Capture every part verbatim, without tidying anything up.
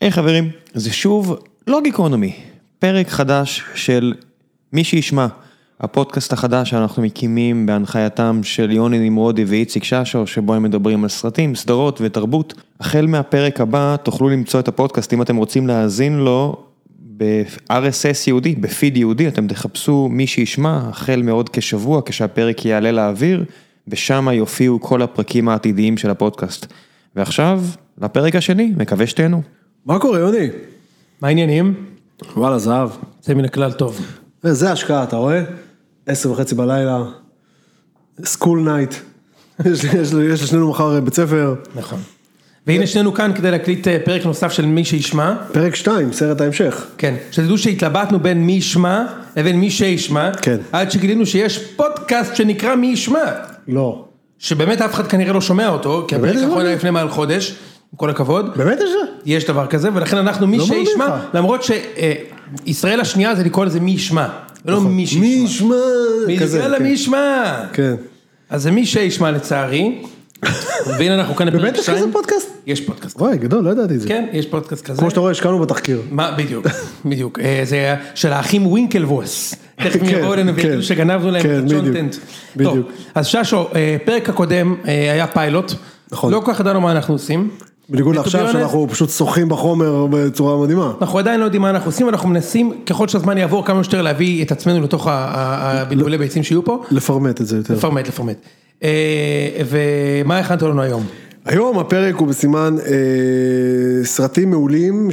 היי hey, חברים, זה שוב לא גיקונומי, פרק חדש של מי שישמע, הפודקאסט החדש שאנחנו מקימים בהנחייתם של יוני נמרודי ואיציק ששו, שבו הם מדברים על סרטים, סדרות ותרבות. החל מהפרק הבא תוכלו למצוא את הפודקאסט, אם אתם רוצים להאזין לו ב-אר אס אס יהודי, בפיד יהודי, אתם תחפשו מי שישמע, החל מעוד כשבוע, כשהפרק יעלה לאוויר, ושם יופיעו כל הפרקים העתידיים של הפודקאסט. ועכשיו, לפרק השני, מקווה שתהנו. מה קורה, יוני? מה העניינים? וואלה, זהב. זה מן הכלל טוב. זה השקעה, אתה רואה? עשר וחצי בלילה, סקול נייט. יש לשנינו מחר בית ספר. נכון. והנה שנינו כאן כדי להקליט פרק נוסף של מי שישמע. פרק שתיים, סרט ההמשך. כן. שתדעו שהתלבטנו בין מי ישמע לבין מי שישמע. כן. עד שגילינו שיש פודקאסט שנקרא מי ישמע. לא. שבאמת אף אחד כנראה לא שומע אותו, כי הפרק האחרון היה לפני מעל חודש. עם כל הכבוד. באמת יש זה? יש דבר כזה, ולכן אנחנו מי שישמע, למרות שישראל השנייה זה לקרוא לזה מי ישמע, ולא מי שישמע. מי ישמע. כזה, מי ישמע. כן. אז זה מי שישמע לצערי, והנה אנחנו כאן בפרק שתיים. באמת יש כזה פודקאסט? יש פודקאסט. וואי, גדול, לא ידעתי את זה. כן, יש פודקאסט כזה. כמו שאתה רואה, השקענו בתחקיר. מה, בדיוק, בדיוק. זה של האחים ווינקלבוס. תכף יבואו אלינו וידעו שגנבנו להם את הצ'ונטנט. טוב, אז ששו, פרק הקודם היה פיילוט. נכון. לא כל כך ידענו מה אנחנו עושים. בניגוד לעכשיו שאנחנו פשוט שוחים בחומר בצורה מדהימה. אנחנו עדיין לא יודעים מה אנחנו עושים, אנחנו מנסים ככל שהזמן יעבור כמה שיותר להביא את עצמנו לתוך הבלבולי ביצים שיהיו פה. לפרמט את זה יותר. לפרמט, לפרמט. ומה הכנת לנו היום? היום הפרק הוא בסימן סרטים מעולים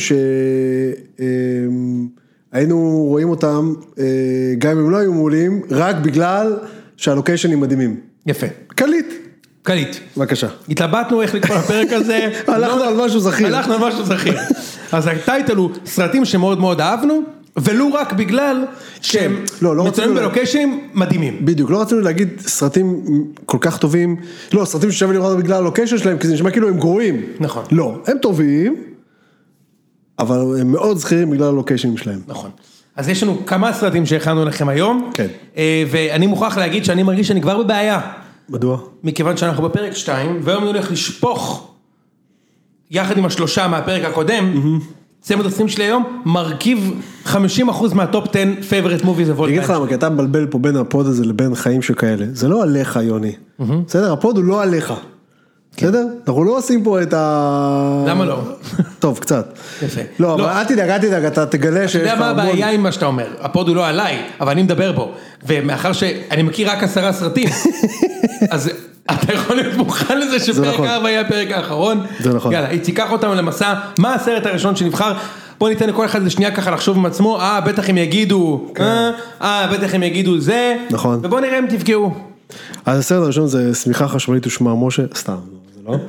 שהיינו רואים אותם, גם אם הם לא היו מעולים, רק בגלל שהלוקיישנים מדהימים. יפה. קליט. קליט. בבקשה. התלבטנו איך לקרוא לפרק הזה. הלכנו על משהו זכיר. הלכנו על משהו זכיר. אז הטייטל הוא סרטים שמאוד מאוד אהבנו, ולו רק בגלל שהם מצויים בלוקיישנים מדהימים. בדיוק, לא רצינו להגיד סרטים כל כך טובים, לא, סרטים ששווה לראות בגלל הלוקיישן שלהם, כי זה נשמע כאילו הם גרועים. נכון. לא, הם טובים, אבל הם מאוד זכירים בגלל הלוקיישנים שלהם. נכון. אז יש לנו כמה סרטים שהכנו לכם היום. כן. ואני מוכרח להגיד שאני מרגיש שאני כבר בבעיה. מדוע? מכיוון שאנחנו בפרק שתיים, והיום אני הולך לשפוך, יחד עם השלושה מהפרק הקודם, צמד הסרטים שלי היום, מרכיב חמישים אחוז מהטופ עשר favorite movies of all time. אני אגיד לך למה, כי אתה מבלבל פה בין הפוד הזה לבין חיים שכאלה. זה לא עליך, יוני. בסדר? הפוד הוא לא עליך. בסדר? אנחנו לא עושים פה את ה... למה לא? טוב, קצת. יפה. לא, אבל אל תדאג, אל תדאג, אתה תגלה שיש... אתה יודע מה הבעיה עם מה שאתה אומר? הפוד הוא לא עליי, אבל אני מדבר בו. ומאחר שאני מכיר רק עשרה סרטים, אז אתה יכול להיות מוכן לזה שפרק ארבע היה הפרק האחרון. זה נכון. יאללה, תיקח אותנו למסע. מה הסרט הראשון שנבחר? בוא ניתן לכל אחד לשנייה ככה לחשוב עם עצמו, אה, בטח הם יגידו, אה, בטח הם יגידו זה. נכון. ובוא נראה אם תפגעו. אז הסרט הראשון זה סמיכה חשמלית ושמע משה, סתם, זה לא.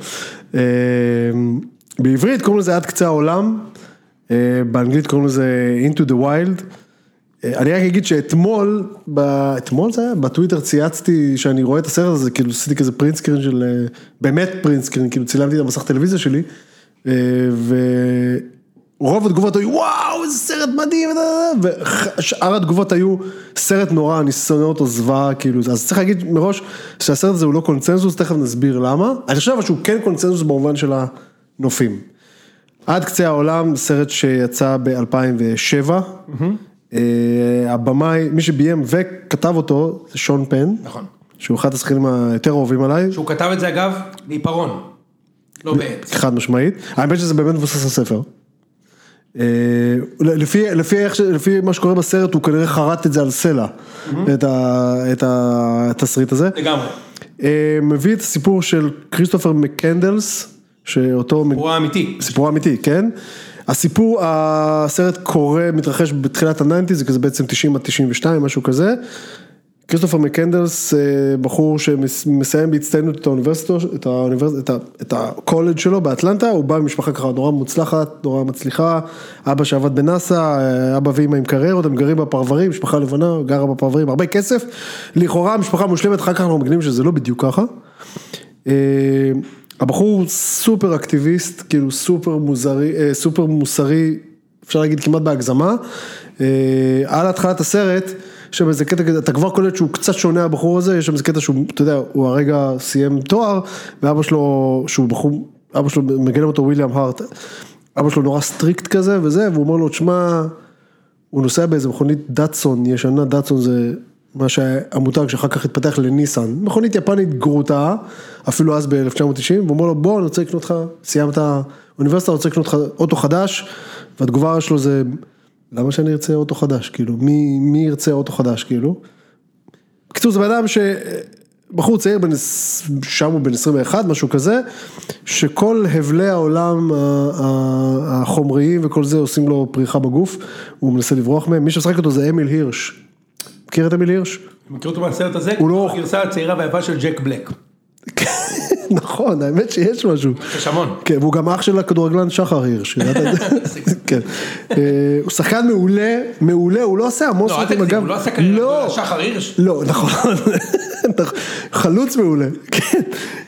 בעברית קוראים לזה עד קצה העולם, באנגלית קוראים לזה Into the Wild. אני רק אגיד שאתמול, אתמול זה היה, בטוויטר צייצתי שאני רואה את הסרט הזה, כאילו עשיתי כזה פרינט סקרין של, באמת פרינט סקרין, כאילו צילמתי את המסך טלוויזיה שלי, ורוב התגובות היו, וואו, איזה סרט מדהים, ושאר התגובות היו, סרט נורא, אני שונא אותו זוועה, כאילו, אז צריך להגיד מראש, שהסרט הזה הוא לא קונצנזוס, תכף נסביר למה, אני חושב שהוא כן קונצנזוס במובן של הנופים. עד קצה העולם, סרט שיצא ב-אלפיים ושבע, הבמאי, מי שביים וכתב אותו, זה שון פן, נכון. שהוא אחד השחקנים היותר אוהבים עליי. שהוא כתב את זה אגב, בעיפרון, לא בעץ. חד משמעית, האמת שזה באמת מבוסס הספר. לפי, לפי, לפי מה שקורה בסרט, הוא כנראה חרט את זה על סלע, את ה, את ה, את הסרט הזה. לגמרי. מביא את הסיפור של כריסטופר מקנדלס, שאותו... סיפור האמיתי. סיפור האמיתי, כן. הסיפור, הסרט קורה, מתרחש בתחילת ה-תשעים, זה כזה בעצם תשעים עד תשעים ושתיים, משהו כזה. כריסטופר מקנדלס, בחור שמסיים בהצטיינות את האוניברסיטה, את האוניברסיטה, את הקולג' שלו באטלנטה, הוא בא ממשפחה ככה נורא מוצלחת, נורא מצליחה, אבא שעבד בנאסא, אבא ואמא עם קריירות, הם גרים בפרברים, משפחה לבנה, גרה בפרברים, הרבה כסף, לכאורה משפחה מושלמת, אחר כך אנחנו מגנים שזה לא בדיוק ככה. הבחור סופר אקטיביסט, כאילו סופר מוזרי, סופר מוסרי, אפשר להגיד כמעט בהגזמה, על התחלת הסרט, שם איזה קטע, אתה כבר קולט שהוא קצת שונה הבחור הזה, יש שם איזה קטע שהוא, אתה יודע, הוא הרגע סיים תואר, ואבא שלו, שהוא בחור, אבא שלו מגלם אותו וויליאם הארט, אבא שלו נורא סטריקט כזה וזה, והוא אומר לו, תשמע, הוא נוסע באיזה מכונית דאטסון, ישנה, דאטסון זה מה שהמותג שאחר כך התפתח לניסן, מכונית יפנית גרוטה, אפילו אז ב-אלף תשע מאות תשעים, והוא אומר לו, בוא, אני רוצה לקנות לך, סיימת האוניברסיטה, אני רוצה לקנות לך אוטו חדש, והתגובה שלו זה, למה שאני ארצה אוטו חדש, כאילו, מי, מי ירצה אוטו חדש, כאילו? בקיצור, זה באדם ש... בחור צעיר, שם הוא בן עשרים ואחת, משהו כזה, שכל הבלי העולם החומריים וכל זה עושים לו פריחה בגוף, הוא מנסה לברוח מהם, מי שמשחק אותו זה אמיל הירש, מכיר את אמיל הירש? מכיר אותו מהסרט הזה, הוא גרסה הצעירה והיפה של ג'ק בלק. נכון, האמת שיש משהו. יש המון. כן, והוא גם אח של הכדורגלן שחר הירש. כן. הוא שחקן מעולה, מעולה, הוא לא עושה המון סרטים. לא, הוא לא עשה קריירה שחר הירש. לא, נכון. חלוץ מעולה. כן.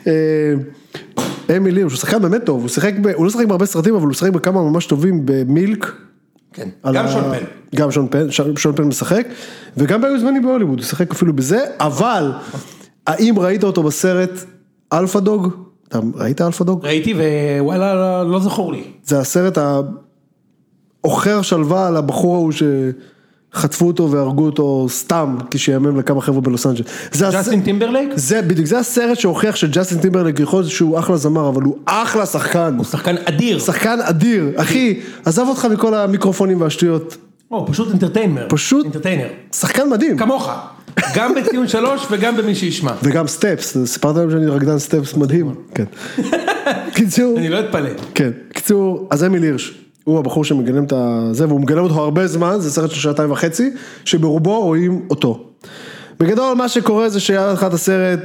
אמיל הירש, הוא שחקן באמת טוב, הוא לא שחק בהרבה סרטים, אבל הוא שחק בכמה ממש טובים במילק. כן, גם שון פן. גם שון פן, שון פן משחק, וגם ביו זמנים בהוליווד, הוא שחק אפילו בזה, אבל האם ראית אותו בסרט אלפא דוג? אתה ראית אלפא דוג? ראיתי ווואלה לא זכור לי. זה הסרט האוחר שלווה על הבחור ההוא שחטפו אותו והרגו אותו סתם כשיימם לכמה חבר'ה בלוס אנג'לס. ג'סטין טימברלייק? זה בדיוק, זה הסרט שהוכיח שג'סטין טימברלייק יכול להיות שהוא אחלה זמר, אבל הוא אחלה שחקן. הוא שחקן אדיר. שחקן אדיר. אחי, עזב אותך מכל המיקרופונים והשטויות. הוא פשוט אינטרטיינר. פשוט אינטרטיינר. שחקן מדהים. כמוך. גם בציון שלוש וגם במי שישמע. וגם סטפס, סיפרת להם שאני רקדן סטפס מדהים. כן. קיצור. אני לא אתפלא. כן. קיצור, אז אמיל הירש, הוא הבחור שמגלם את זה, והוא מגלם אותו הרבה זמן, זה סרט של שעתיים וחצי, שברובו רואים אותו. בגדול, מה שקורה זה שהיה אחד הסרט,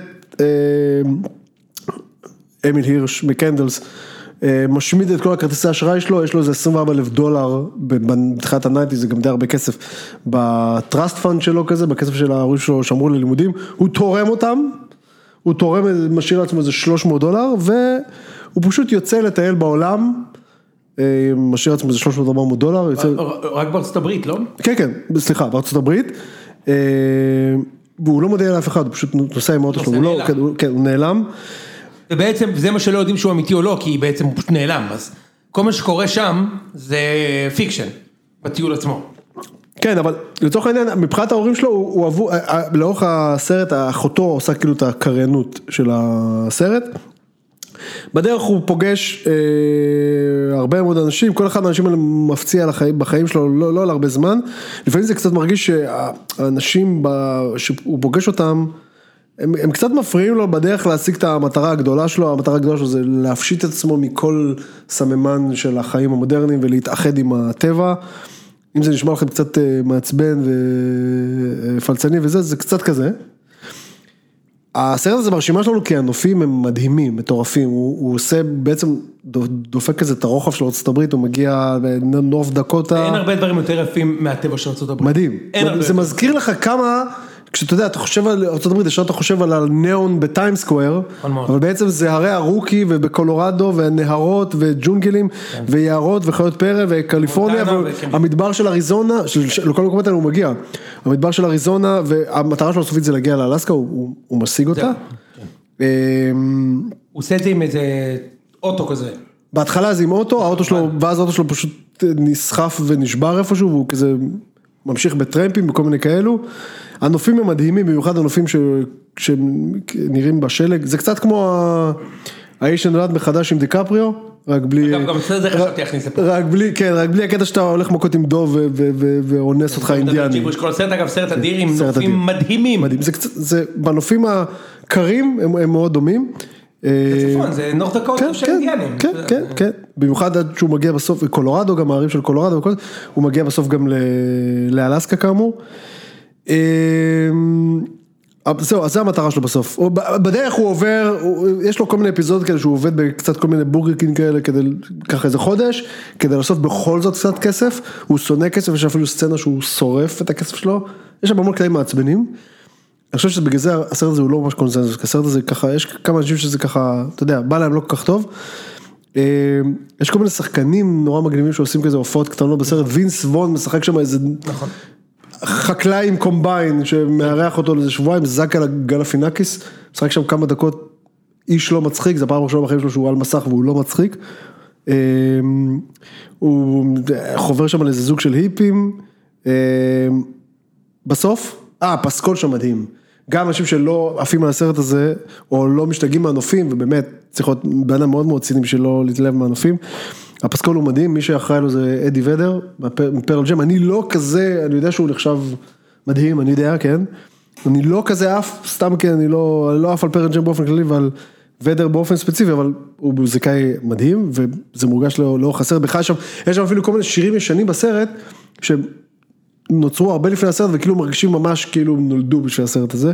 אמיל הירש מקנדלס, משמיד את כל הכרטיסי האשראי שלו, יש לו איזה עשרים וארבעה אלף דולר, בתחילת ה-תשעים, זה גם די הרבה כסף, בטראסט פאנד שלו כזה, בכסף של ההורים שלו שמרו ללימודים, הוא תורם אותם, הוא תורם, משאיר לעצמו איזה שלוש מאות דולר, והוא פשוט יוצא לטייל בעולם, משאיר לעצמו איזה שלוש מאות ארבע מאות דולר. רק בארצות הברית, לא? כן, כן, סליחה, בארצות הברית, והוא לא מודיע לאף אחד, הוא פשוט נוסע עם האוטו שלו, הוא נעלם. ובעצם זה מה שלא יודעים שהוא אמיתי או לא, כי בעצם הוא פשוט נעלם, אז כל מה שקורה שם זה פיקשן, בטיול עצמו. כן, אבל לצורך העניין, מבחינת ההורים שלו, הוא אהבו, לאורך הסרט, אחותו עושה כאילו את הקריינות של הסרט, בדרך הוא פוגש אה, הרבה מאוד אנשים, כל אחד מהאנשים האלה מפציע לחיים, בחיים שלו, לא, לא על הרבה זמן, לפעמים זה קצת מרגיש שהאנשים שהוא פוגש אותם, הם, הם קצת מפריעים לו בדרך להשיג את המטרה הגדולה שלו, המטרה הגדולה שלו זה להפשיט את עצמו מכל סממן של החיים המודרניים ולהתאחד עם הטבע, אם זה נשמע לכם קצת מעצבן ופלצני וזה, זה קצת כזה. הסרט הזה ברשימה שלנו כי הנופים הם מדהימים, מטורפים, הוא, הוא עושה בעצם דופק כזה את הרוחב של ארצות הברית, הוא מגיע לנוף דקוטה. אין הרבה דברים יותר יפים מהטבע של ארצות הברית. מדהים, זה מזכיר לך כמה, כשאתה יודע, אתה חושב על ארצות הברית, ישר אתה חושב על הניאון בטיים סקוואר, אבל בעצם זה הרי הרוקי ובקולורדו ונהרות וג'ונגלים ויערות וחיות פרא וקליפורניה והמדבר של אריזונה, לכל מקומות האלה הוא מגיע, המדבר של אריזונה והמטרה שלו הסופית זה להגיע לאלסקה, הוא משיג אותה. הוא עושה את זה עם איזה אוטו כזה. בהתחלה זה עם אוטו, האוטו שלו, ואז האוטו שלו פשוט נסחף ונשבר איפשהו והוא כזה ממשיך בטרמפים וכל מיני כאלו. הנופים הם מדהימים, במיוחד הנופים שנראים בשלג, זה קצת כמו האיש שנולד מחדש עם דיקפריו, רק בלי... אגב, גם זה חשבתי להכניס לפה. רק בלי, כן, רק בלי הקטע שאתה הולך מכות עם דוב ואונס אותך אינדיאני. כל סרט, אגב, סרט אדיר עם נופים מדהימים. מדהים, זה, בנופים הקרים הם מאוד דומים. בצפון, זה נורד דקוטה של אינדיאנים. כן, כן, כן, במיוחד עד שהוא מגיע בסוף, קולורדו, גם הערים של קולורדו, הוא מגיע בסוף גם לאלסקה כאמור. זהו, אז זה המטרה שלו בסוף, בדרך הוא עובר, יש לו כל מיני אפיזודות כאלה שהוא עובד בקצת כל מיני בורגרקין כאלה, כדי ככה איזה חודש, כדי לעשות בכל זאת קצת כסף, הוא שונא כסף, יש אפילו סצנה שהוא שורף את הכסף שלו, יש שם המון קטעים מעצבנים, אני חושב שבגלל זה הסרט הזה הוא לא ממש קונצנזוס, הסרט הזה ככה, יש כמה אנשים שזה ככה, אתה יודע, בא להם לא כל כך טוב, יש כל מיני שחקנים נורא מגניבים שעושים כזה הופעות קטנות בסרט, וינס וון משחק שם איזה... נכון. חקלאי עם קומביין שמארח אותו לזה שבועיים, זק על גלפינקיס, משחק שם כמה דקות, איש לא מצחיק, זה הפעם הראשונה בחיים שלו שהוא על מסך והוא לא מצחיק, הוא חובר שם על איזה זוג של היפים, בסוף, אה, פסקול שם מדהים, גם אנשים שלא עפים על הסרט הזה, או לא משתגעים מהנופים, ובאמת צריך להיות בנה מאוד מאוד צינים שלא להתלהב מהנופים, הפסקול הוא מדהים, מי שאחראי לו זה אדי ודר, מפרל ג'ם, אני לא כזה, אני יודע שהוא נחשב מדהים, אני יודע, כן, אני לא כזה אף, סתם כן, אני לא, לא אף על פרל ג'ם באופן כללי, ועל ודר באופן ספציפי, אבל הוא מוזיקאי מדהים, וזה מורגש לו, לא חסר בכלל שם, יש שם אפילו כל מיני שירים ישנים בסרט, שנוצרו הרבה לפני הסרט, וכאילו מרגישים ממש כאילו נולדו בשביל הסרט הזה.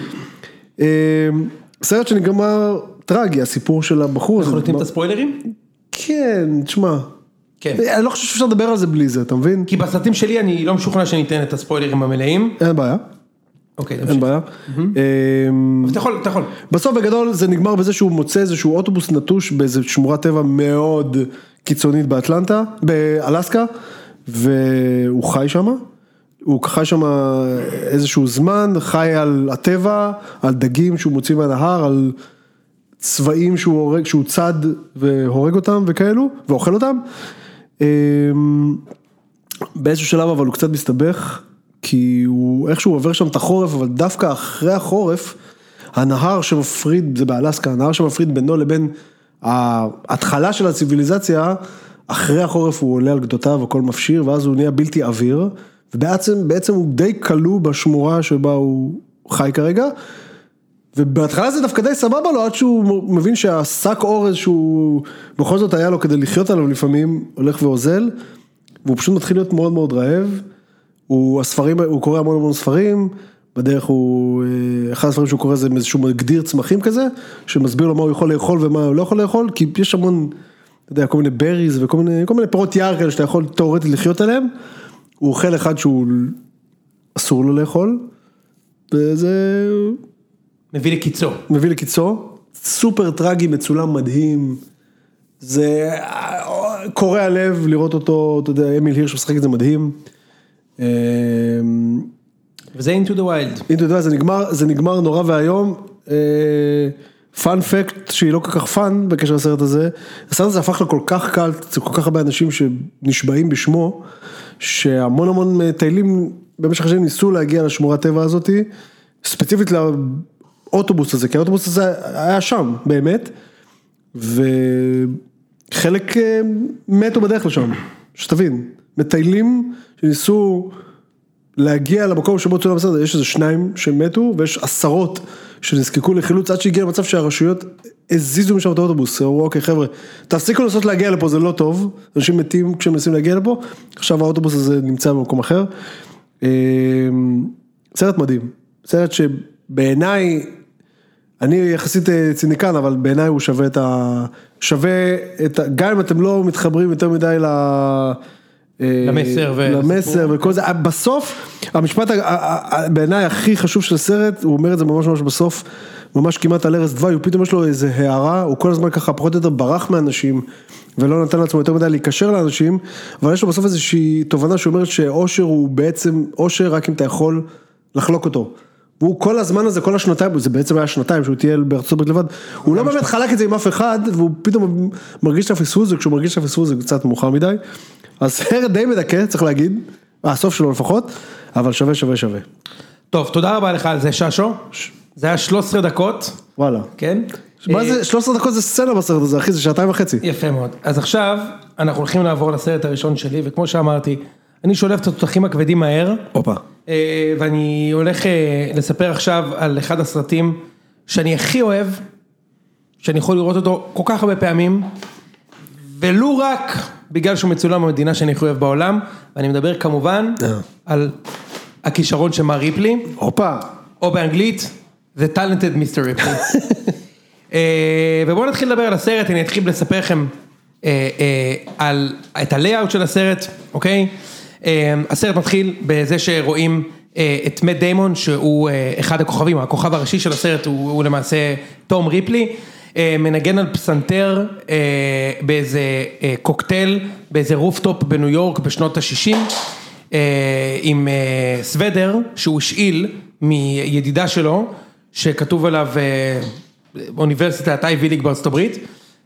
סרט שנגמר טרגי, הסיפור של הבחור. אנחנו נותנים את הספוילרים? כן, תשמע. כן. אני לא חושב שאפשר לדבר על זה בלי זה, אתה מבין? כי בסרטים שלי אני לא משוכנע שניתן את הספוילרים המלאים. אין בעיה. אוקיי, אין בעיה. אתה יכול, אתה יכול. בסוף בגדול זה נגמר בזה שהוא מוצא איזשהו אוטובוס נטוש באיזו שמורת טבע מאוד קיצונית באטלנטה, באלסקה, והוא חי שם. הוא חי שם איזשהו זמן, חי על הטבע, על דגים שהוא מוציא מהנהר, על צבעים שהוא הורג, שהוא צד והורג אותם וכאלו, ואוכל אותם. באיזשהו שלב אבל הוא קצת מסתבך, כי הוא איכשהו עובר שם את החורף, אבל דווקא אחרי החורף, הנהר שמפריד, זה באלסקה, הנהר שמפריד בינו לבין ההתחלה של הציביליזציה, אחרי החורף הוא עולה על גדותיו, הכל מפשיר, ואז הוא נהיה בלתי אוויר, ובעצם בעצם הוא די קלו בשמורה שבה הוא חי כרגע, ובהתחלה זה דווקא די סבבה לו, עד שהוא מבין שהשק אורז שהוא בכל זאת היה לו כדי לחיות עליו לפעמים, הולך ואוזל, והוא פשוט מתחיל להיות מאוד מאוד רעב, הוא, הספרים, הוא קורא המון המון ספרים, בדרך הוא, אחד הספרים שהוא קורא זה איזשהו מגדיר צמחים כזה, שמסביר לו מה הוא יכול לאכול ומה הוא לא יכול לאכול, כי יש המון, אתה יודע, כל מיני בריז וכל מיני, כל מיני פירות יער כאלה שאתה יכול תיאורטית לחיות עליהם, הוא אוכל אחד שהוא אסור לו לאכול, וזה... מביא לקיצו. מביא לקיצו, סופר טרגי, מצולם מדהים, זה קורא הלב לראות אותו, אתה יודע, אמיל הירש משחק את זה מדהים, וזה Into the Wild. Into the Wild, זה נגמר, זה נגמר נורא והיום, פאנ פקט שהיא לא כל כך פאן בקשר לסרט הזה, הסרט הזה הפך לכל כך קל, זה כל כך הרבה אנשים שנשבעים בשמו, שהמון המון מטיילים במשך השנים ניסו להגיע לשמורת טבע הזאת, ספציפית לאוטובוס הזה, כי האוטובוס הזה היה שם באמת, וחלק מתו בדרך לשם, שתבין, מטיילים שניסו להגיע למקום שבו צולם בסרט, יש איזה שניים שמתו, ויש עשרות שנזקקו לחילוץ, עד שהגיע למצב שהרשויות הזיזו משם את האוטובוס, אמרו, אוקיי חבר'ה, תפסיקו לנסות להגיע לפה, זה לא טוב, אנשים מתים כשהם מנסים להגיע לפה, עכשיו האוטובוס הזה נמצא במקום אחר, סרט מדהים, סרט שבעיניי, אני יחסית ציניקן, אבל בעיניי הוא שווה את ה... שווה את ה... גם אם אתם לא מתחברים יותר מדי ל... למסר ו... למסר וכל זה, בסוף, המשפט בעיניי הכי חשוב של הסרט, הוא אומר את זה ממש ממש בסוף, ממש כמעט על ערש דווי, הוא פתאום יש לו איזה הערה, הוא כל הזמן ככה פחות או יותר ברח מאנשים, ולא נתן לעצמו יותר מדי להיקשר לאנשים, אבל יש לו בסוף איזושהי תובנה שאומרת שאושר הוא בעצם אושר רק אם אתה יכול לחלוק אותו. והוא כל הזמן הזה, כל השנתיים, זה בעצם היה שנתיים שהוא טייל בארצות הברית לבד, הוא לא באמת חלק את זה עם אף אחד, והוא פתאום מרגיש את הפספוס, וכשהוא מרגיש את הפספוס זה קצת מאוחר מדי, אז סרט די מדכא, צריך להגיד, הסוף שלו לפחות, אבל שווה שווה שווה. טוב, תודה רבה לך על זה ששו, זה היה שלוש עשרה דקות. וואלה. כן? מה זה, שלוש עשרה דקות זה סצנה בסרט הזה, אחי, זה שעתיים וחצי. יפה מאוד. אז עכשיו, אנחנו הולכים לעבור לסרט הראשון שלי, וכמו שאמרתי, אני שולף את התותחים הכבדים מהר. אופה. ואני הולך לספר עכשיו על אחד הסרטים שאני הכי אוהב, שאני יכול לראות אותו כל כך הרבה פעמים, ולא רק בגלל שהוא מצולם במדינה שאני הכי אוהב בעולם, ואני מדבר כמובן על הכישרון של מר ריפלי. אופה. או באנגלית, The Talented מיסטר Ripley. ובואו נתחיל לדבר על הסרט, אני אתחיל לספר לכם על את הלייאוט של הסרט, אוקיי? הסרט מתחיל בזה שרואים את מאט דיימון, שהוא אחד הכוכבים, הכוכב הראשי של הסרט הוא, הוא למעשה תום ריפלי, מנגן על פסנתר באיזה קוקטייל, באיזה רופטופ בניו יורק בשנות ה-שישים, עם סוודר שהוא השאיל מידידה שלו, שכתוב עליו אוניברסיטת איי וי ליג בארצות הברית,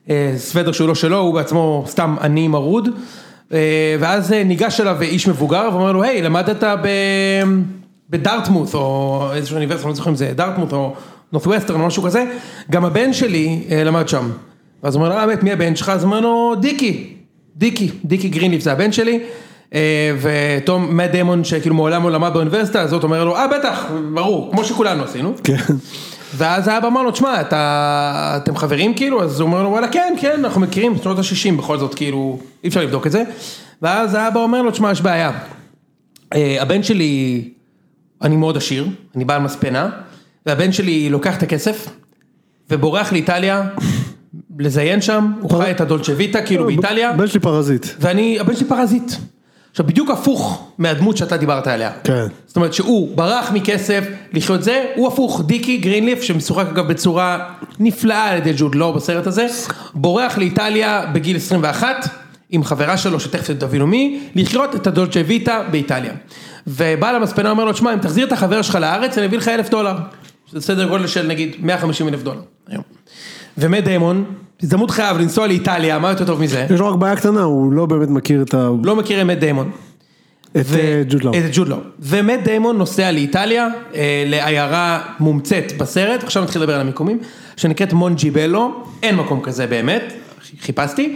סוודר שהוא לא שלו, הוא בעצמו סתם עני מרוד, ואז ניגש אליו איש מבוגר, ואומר לו, היי, למדת בדארטמות, או איזשהו אוניברסיטה, לא זוכר אם זה דארטמות, או נורת'ווסטרן, או משהו כזה, גם הבן שלי למד שם. ואז הוא אומר לו, האמת, מי הבן שלך? אז הוא אומר לו, דיקי, דיקי, דיקי גרינליף, זה הבן שלי, ותום מאט דיימון, שכאילו מעולם לא למד באוניברסיטה, אז הוא אומר לו, אה, בטח, ברור, כמו שכולנו עשינו. כן. ואז האבא אמר לו, תשמע, אתם חברים כאילו? אז הוא אומר לו, וואלה, כן, כן, אנחנו מכירים, שנות ה-שישים, בכל זאת, כאילו, אי אפשר לבדוק את זה. ואז האבא אומר לו, תשמע, יש בעיה. הבן שלי, אני מאוד עשיר, אני בעל מספנה, והבן שלי לוקח את הכסף, ובורח לאיטליה, לזיין שם, הוא חי את הדולצ'ה ויטה, כאילו באיטליה. הבן שלי פרזיט. ואני, הבן שלי פרזיט. עכשיו, בדיוק הפוך מהדמות שאתה דיברת עליה. כן. זאת אומרת שהוא ברח מכסף לחיות זה, הוא הפוך, דיקי גרינליף, שמשוחק אגב בצורה נפלאה על ידי ג'וד לו בסרט הזה, בורח לאיטליה בגיל עשרים ואחת, עם חברה שלו שתכף תבינו מי, לחיות את הדולצ'ה ויטה באיטליה. ובעל המספנה אומר לו, תשמע, אם תחזיר את החבר שלך לארץ, אני אביא לך אלף דולר. זה סדר גודל של נגיד מאה וחמישים אלף דולר. היום. ומאט דיימון, הזדמנות חייב לנסוע לאיטליה, מה יותר טוב מזה? יש לו רק בעיה קטנה, הוא לא באמת מכיר את ה... לא מכיר את מאט דיימון. את ג'וד לאו. את ג'וד לאו. ומאט דיימון נוסע לאיטליה, לעיירה מומצאת בסרט, עכשיו נתחיל לדבר על המיקומים, שנקראת מונג'יבלו, אין מקום כזה באמת, חיפשתי,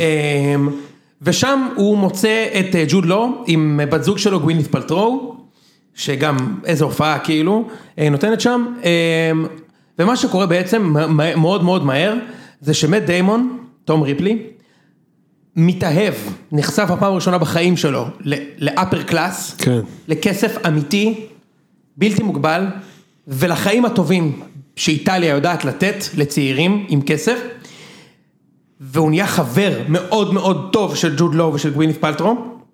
ושם הוא מוצא את ג'וד לאו, עם בת זוג שלו גווינית פלטרו, שגם איזו הופעה כאילו, נותנת שם, ומה שקורה בעצם מאוד מאוד מהר, זה שמאט דיימון, תום ריפלי, מתאהב, נחשף הפעם הראשונה בחיים שלו, לאפר קלאס, כן. לכסף אמיתי, בלתי מוגבל, ולחיים הטובים שאיטליה יודעת לתת לצעירים עם כסף, והוא נהיה חבר מאוד מאוד טוב של ג'וד לאו ושל גווינית פלטרו,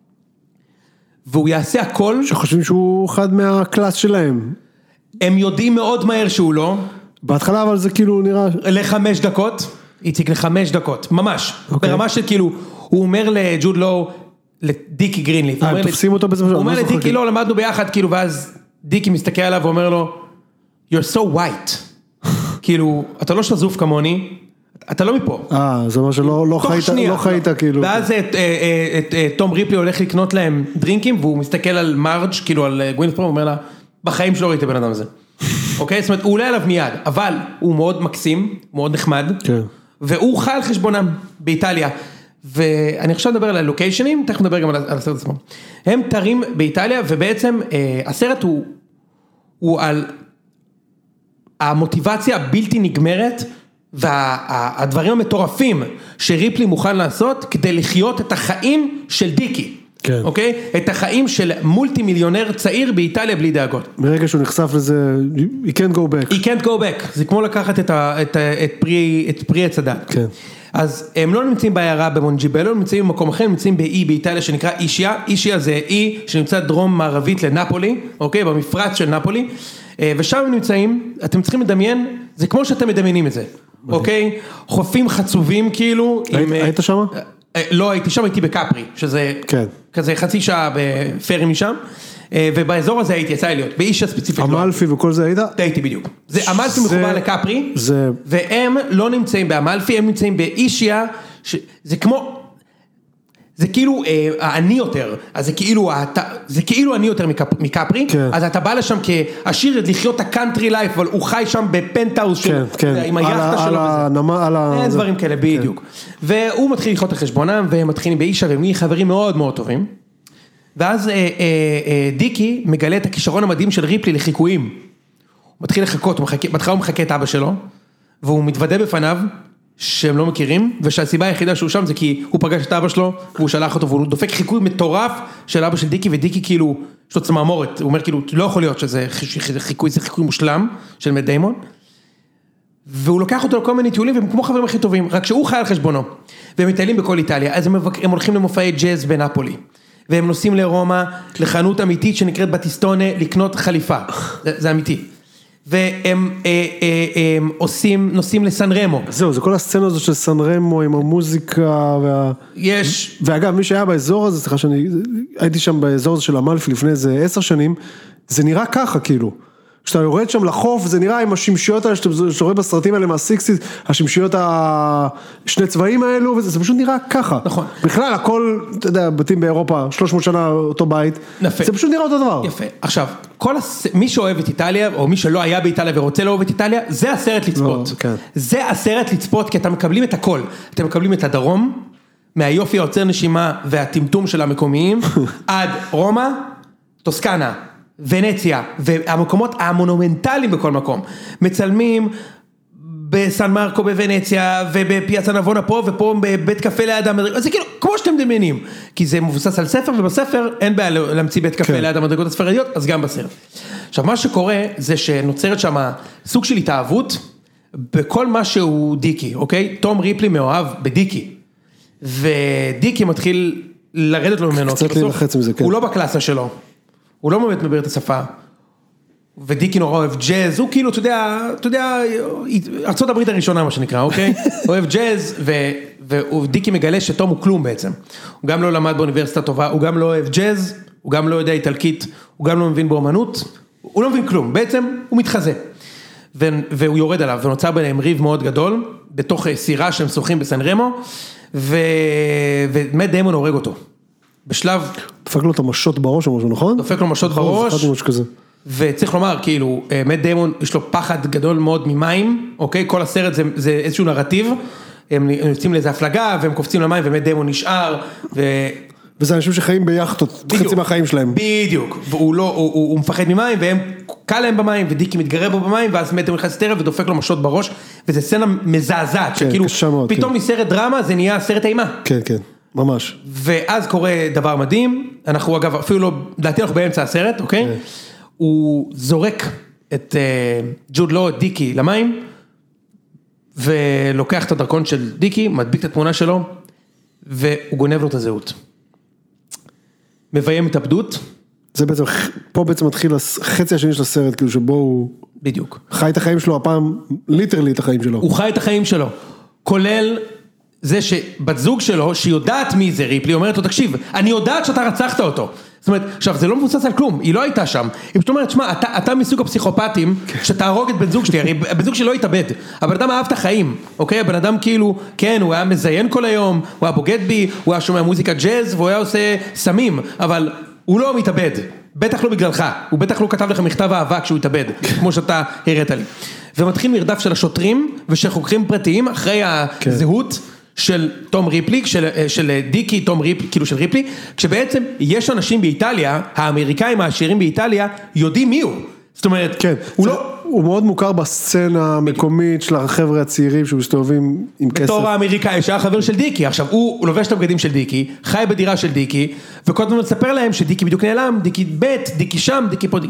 והוא יעשה הכל. שחושבים שהוא אחד מהקלאס שלהם. הם יודעים מאוד מהר שהוא לא. בהתחלה אבל זה כאילו נראה... לחמש דקות, איציק לחמש דקות, ממש. Okay. ברמה של כאילו, הוא אומר לג'וד לאו, לדיקי גרינליף. אה, תופסים אותו בזה. הוא אומר לדיקי, לא, למדנו ביחד, כאילו, ואז דיקי מסתכל עליו ואומר לו, you're so white. כאילו, אתה לא שזוף כמוני, אתה לא מפה. אה, זה אומר שלא לא חיית, לא חיית כאילו. ואז את, את, את, תום ריפלי הולך לקנות להם דרינקים, והוא מסתכל על מרג', כאילו על גווינית פלטרו, הוא אומר לה, בחיים שלא ראיתי בן אדם הזה. אוקיי? זאת אומרת, הוא עולה עליו מיד, אבל הוא מאוד מקסים, מאוד נחמד, כן. והוא חי על חשבונם באיטליה, ואני עכשיו מדבר על הלוקיישנים, תכף נדבר גם על הסרט עצמו. הם תרים באיטליה, ובעצם אה, הסרט הוא, הוא על המוטיבציה הבלתי נגמרת, והדברים המטורפים שריפלי מוכן לעשות, כדי לחיות את החיים של דיקי. כן. אוקיי? את החיים של מולטי מיליונר צעיר באיטליה בלי דאגות. ברגע שהוא נחשף לזה, he can't go back. he can't go back. זה כמו לקחת את, ה, את, ה, את פרי, את פרי הצדד. כן. אז הם לא נמצאים בעיירה במונג'יבלו, הם נמצאים במקום אחר, הם נמצאים באי באיטליה שנקרא אישיה. אישיה זה אי שנמצא דרום מערבית לנפולי, אוקיי? במפרץ של נפולי. ושם הם נמצאים, אתם צריכים לדמיין, זה כמו שאתם מדמיינים את זה. אוקיי? חופים חצובים כאילו. היית שם? לא הייתי שם, הייתי בקפרי, שזה כזה חצי שעה בפרי משם, ובאזור הזה הייתי, יצא לי להיות, באישה ספציפית. אמלפי וכל זה היית? הייתי בדיוק. זה אמלפי מחובר לקפרי, זה... והם לא נמצאים באמלפי, הם נמצאים באישיה, זה כמו, זה כאילו העני יותר, אז זה כאילו, זה כאילו עני יותר מקפרי, אז אתה בא לשם כעשיר לחיות את הקאנטרי לייף, אבל הוא חי שם בפנטהאוס, עם היחדה שלו, אין דברים כאלה, בדיוק. והוא מתחיל לחיות את חשבונם, והם מתחילים באישה, והם נהיים חברים מאוד מאוד טובים, ואז דיקי מגלה את הכישרון המדהים של ריפלי לחיקויים, הוא מתחיל לחכות, בהתחלה הוא מחכה את אבא שלו, והוא מתוודה בפניו, שהם לא מכירים, ושהסיבה היחידה שהוא שם זה כי הוא פגש את אבא שלו, והוא שלח אותו, והוא דופק חיקוי מטורף של אבא של דיקי, ודיקי כאילו, יש לו צמרמורת, הוא אומר כאילו, לא יכול להיות שזה חיקוי, זה חיקוי מושלם של מאט דיימון, והוא לוקח אותו לכל מיני טיולים, והם כמו חברים הכי טובים, רק שהוא חי על חשבונו, והם מטיילים בכל איטליה, אז הם, הם הולכים למופעי ג'אז בנפולי, והם נוסעים לרומא, לחנות אמיתית שנקראת בטיסטונה, לקנות חליפה, זה, זה אמיתי. והם אה, אה, הם עושים, נוסעים לסן רמו. זהו, זה כל הסצנה הזו של סן רמו עם המוזיקה וה... יש... ואגב, מי שהיה באזור הזה, סליחה שאני הייתי שם באזור הזה של אמלפי לפני איזה עשר שנים, זה נראה ככה כאילו. כשאתה יורד שם לחוף, זה נראה עם השמשיות האלה, שאתה רואה בסרטים האלה מהסיקסטיז, השמשיות השני צבעים האלו, וזה פשוט נראה ככה. נכון. בכלל, הכל, אתה יודע, בתים באירופה, שלוש מאות שנה אותו בית, זה פשוט נראה אותו דבר. יפה. עכשיו, כל הס... מי שאוהב את איטליה, או מי שלא היה באיטליה ורוצה לאהוב את איטליה, זה הסרט לצפות. לא, כן. זה הסרט לצפות, כי אתם מקבלים את הכל. אתם מקבלים את הדרום, מהיופי העוצר נשימה והטמטום של המקומיים, עד רומא, טוסקנה, ונציה, והמקומות המונומנטליים בכל מקום, מצלמים בסן מרקו בוונציה, ובפיאצה נבונה פה, ופה בבית קפה ליד המדרגות, זה כאילו, כמו שאתם דמיינים, כי זה מבוסס על ספר, ובספר אין בעיה להמציא בית קפה ליד המדרגות הספרדיות, אז גם בסרט. עכשיו, מה שקורה, זה שנוצרת שם סוג של התאהבות, בכל מה שהוא דיקי, אוקיי? תום ריפלי מאוהב בדיקי, ודיקי מתחיל לרדת לו ממנו, קצת להילחץ מזה, כן. הוא לא בקלאסה שלו, הוא לא באמת מדבר את השפה, ודיקי נורא אוהב ג'אז, הוא כאילו, אתה יודע, אתה יודע, ארצות הברית הראשונה, מה שנקרא, אוקיי? הוא אוהב ג'אז, ודיקי מגלה שתום הוא כלום בעצם. הוא גם לא למד באוניברסיטה טובה, הוא גם לא אוהב ג'אז, הוא גם לא יודע איטלקית, הוא גם לא מבין באומנות, הוא לא מבין כלום, בעצם הוא מתחזה. והוא יורד עליו, ונוצר ביניהם ריב מאוד גדול, בתוך סירה שהם שוחים בסן רמו, ומט דיימון הורג אותו. בשלב... דופק לו את המשות בראש או משהו, נכון? דופק לו משות בראש, וצריך לומר, כאילו, מט דיימון יש לו פחד גדול מאוד ממים, אוקיי? כל הסרט זה, זה איזשהו נרטיב, הם יוצאים לאיזה הפלגה, והם קופצים למים, ומט דיימון נשאר, ו... וזה אנשים שחיים ביחטות, חצי מהחיים שלהם. בדיוק, והוא לא, הוא, הוא, הוא מפחד ממים, והם קל להם במים, ודיקי מתגרב בו במים, ואז מט דיימון נכנס לטרף, ודופק לו משות בראש, וזה סצנה מזעזעת, כן, שכאילו, מאוד, פתאום כן. מסרט דרמה, זה נהיה סרט אימה. כן, כן. ממש. ואז קורה דבר מדהים, אנחנו אגב אפילו לא, דעתי אנחנו באמצע הסרט, אוקיי? הוא זורק את ג'וד לו, את דיקי, למים, ולוקח את הדרכון של דיקי, מדביק את התמונה שלו, והוא גונב לו את הזהות. מביים התאבדות. זה בעצם, פה בעצם מתחיל החצי השני של הסרט, כאילו שבו הוא... בדיוק. חי את החיים שלו, הפעם ליטרלי את החיים שלו. הוא חי את החיים שלו, כולל... זה שבת זוג שלו, שיודעת מי זה ריפלי, אומרת לו, תקשיב, אני יודעת שאתה רצחת אותו. זאת אומרת, עכשיו, זה לא מבוסס על כלום, היא לא הייתה שם. היא פשוט אומרת, שמה, אתה, אתה מסוג הפסיכופטים, שתהרוג את בן זוג שלי, הרי בן זוג שלי לא יתאבד. הבן אדם אהב את החיים, אוקיי? הבן אדם כאילו, כן, הוא היה מזיין כל היום, הוא היה בוגד בי, הוא היה שומע מוזיקה ג'אז, והוא היה עושה סמים, אבל הוא לא מתאבד. בטח לא בגללך, הוא בטח לא כתב לך מכתב אהבה כשהוא יתאבד, כמו שאתה הראת לי. ומתחיל מרדף של השוטרים, ושל חוקרים פרטיים, אחרי הזהות של תום ריפלי, של, של דיקי, תום ריפלי, כאילו של ריפלי, כשבעצם יש אנשים באיטליה, האמריקאים העשירים באיטליה, יודעים מי הוא. זאת אומרת, כן, הוא זה, לא... הוא מאוד מוכר בסצנה המקומית של החבר'ה הצעירים שמסתובבים עם כסף. בתור האמריקאי, שהיה חבר של דיקי, עכשיו הוא, הוא לובש את הבגדים של דיקי, חי בדירה של דיקי, וכל הזמן מספר להם שדיקי בדיוק נעלם, דיקי בית, דיקי שם, דיקי פה, דיקי...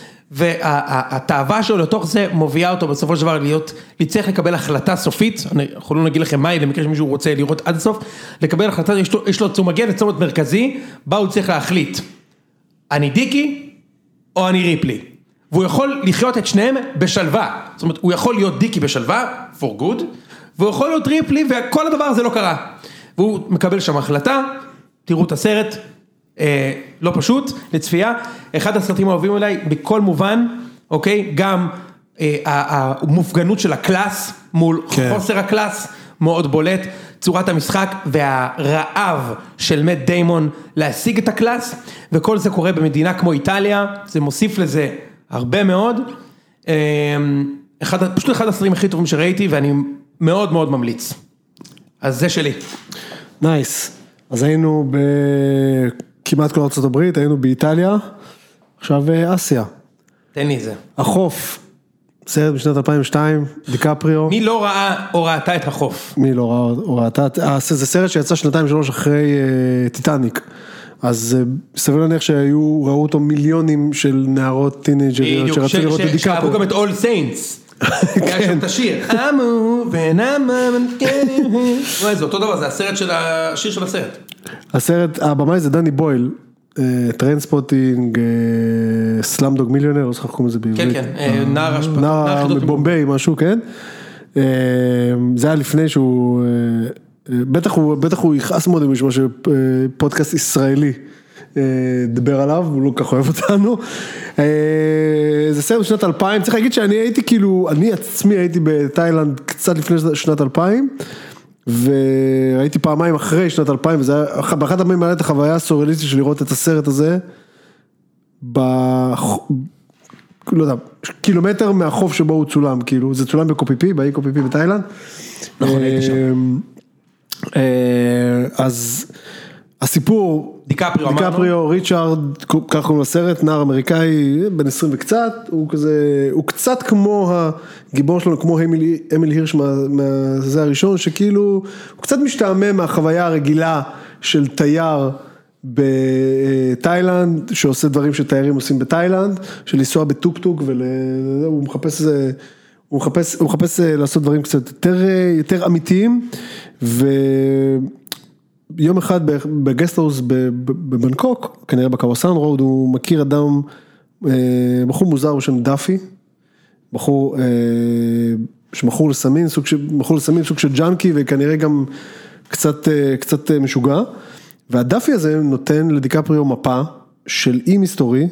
והתאווה שלו לתוך זה מובילה אותו בסופו של דבר להיות, לצריך לקבל החלטה סופית, אנחנו לא נגיד לכם מה היא, למקרה שמישהו רוצה לראות עד הסוף, לקבל החלטה, יש לו, יש לו צום מגן, צומת מרכזי, בה הוא צריך להחליט, אני דיקי או אני ריפלי, והוא יכול לחיות את שניהם בשלווה, זאת אומרת, הוא יכול להיות דיקי בשלווה, for good, והוא יכול להיות ריפלי, וכל הדבר הזה לא קרה, והוא מקבל שם החלטה, תראו את הסרט, אה, לא פשוט, לצפייה, אחד הסרטים האהובים אליי, בכל מובן, אוקיי, גם אה, המופגנות של הקלאס, מול כן. חוסר הקלאס, מאוד בולט, צורת המשחק, והרעב של מט דיימון, להשיג את הקלאס, וכל זה קורה במדינה כמו איטליה, זה מוסיף לזה הרבה מאוד, אה, אחד, פשוט אחד הסרטים הכי טובים שראיתי, ואני מאוד מאוד ממליץ, אז זה שלי. נייס, אז היינו ב... כמעט כל ארצות הברית, היינו באיטליה, עכשיו אסיה. תן לי זה. החוף, סרט בשנת אלפיים ושתיים, דיקפריו. מי לא ראה או ראתה את החוף? מי לא ראה או ראתה, זה סרט שיצא שנתיים שלוש אחרי טיטניק, אז סביר להניח שהיו, ראו אותו מיליונים של נערות טינג'ריות שרצו לראות את דיקפריו. שאהבו גם את All Saints. היה שם את השיר. אמו ונאמן, זה אותו דבר, זה הסרט של השיר של הסרט. הסרט, הבמאי זה דני בויל, טרנספוטינג, סלאמדוג מיליונר, לא זוכר קוראים לזה בעברית. כן, כן, נער מבומביי, משהו, כן. זה היה לפני שהוא, בטח הוא יכעס מאוד אם יש משהו פודקאסט ישראלי דבר עליו, הוא לא כך אוהב אותנו. זה סרט בשנת אלפיים, צריך להגיד שאני הייתי כאילו, אני עצמי הייתי בתאילנד קצת לפני שנת אלפיים, והייתי פעמיים אחרי שנת אלפיים, וזה היה, באחת הפעמים היה את החוויה הסוריאליסטית של לראות את הסרט הזה, ב... לא יודע, קילומטר מהחוף שבו הוא צולם, כאילו, זה צולם בקופיפי, באי קופיפי בתאילנד. נכון, הייתי שם. אז הסיפור, דיקפריו, דיקפריו, ריצ'ארד, כך קוראים לסרט, נער אמריקאי, בן עשרים וקצת, הוא כזה, הוא קצת כמו הגיבור שלנו, כמו אמיל הירש מהזה הראשון, שכאילו, הוא קצת משתעמם מהחוויה הרגילה של תייר בתאילנד, שעושה דברים שתיירים עושים בתאילנד, של לנסוע בטוק-טוק, והוא מחפש איזה, הוא מחפש, הוא מחפש לעשות דברים קצת יותר, יותר אמיתיים, ויום אחד בגסטהאוס בבנקוק, כנראה בקוואסן רוד, הוא מכיר אדם, בחור מוזר בשם דאפי, בחור, שמכור לסמין, סוג של, מכור לסמין, סוג של ג'אנקי, וכנראה גם קצת, קצת משוגע, והדאפי הזה נותן לדיקפריו מפה של אי מסתורי,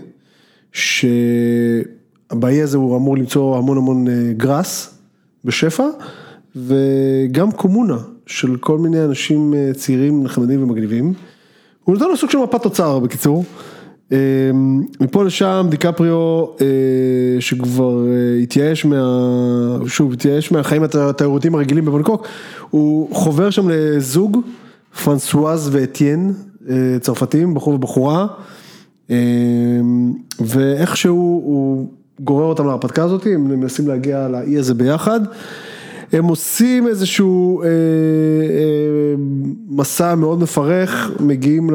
שהבאי הזה הוא אמור למצוא המון המון גרס בשפע, וגם קומונה של כל מיני אנשים צעירים, נחמדים ומגניבים. הוא נותן לו סוג של מפת תוצר בקיצור. מפה לשם דיקפריו שכבר התייאש מה... שוב, התייאש מהחיים התיירותיים הרגילים בבנקוק, הוא חובר שם לזוג, פרנסואז ואתיין, צרפתים, בחור ובחורה, ואיכשהו הוא גורר אותם להרפתקה הזאת, הם מנסים להגיע לאי הזה ביחד, הם עושים איזשהו מסע מאוד מפרך, מגיעים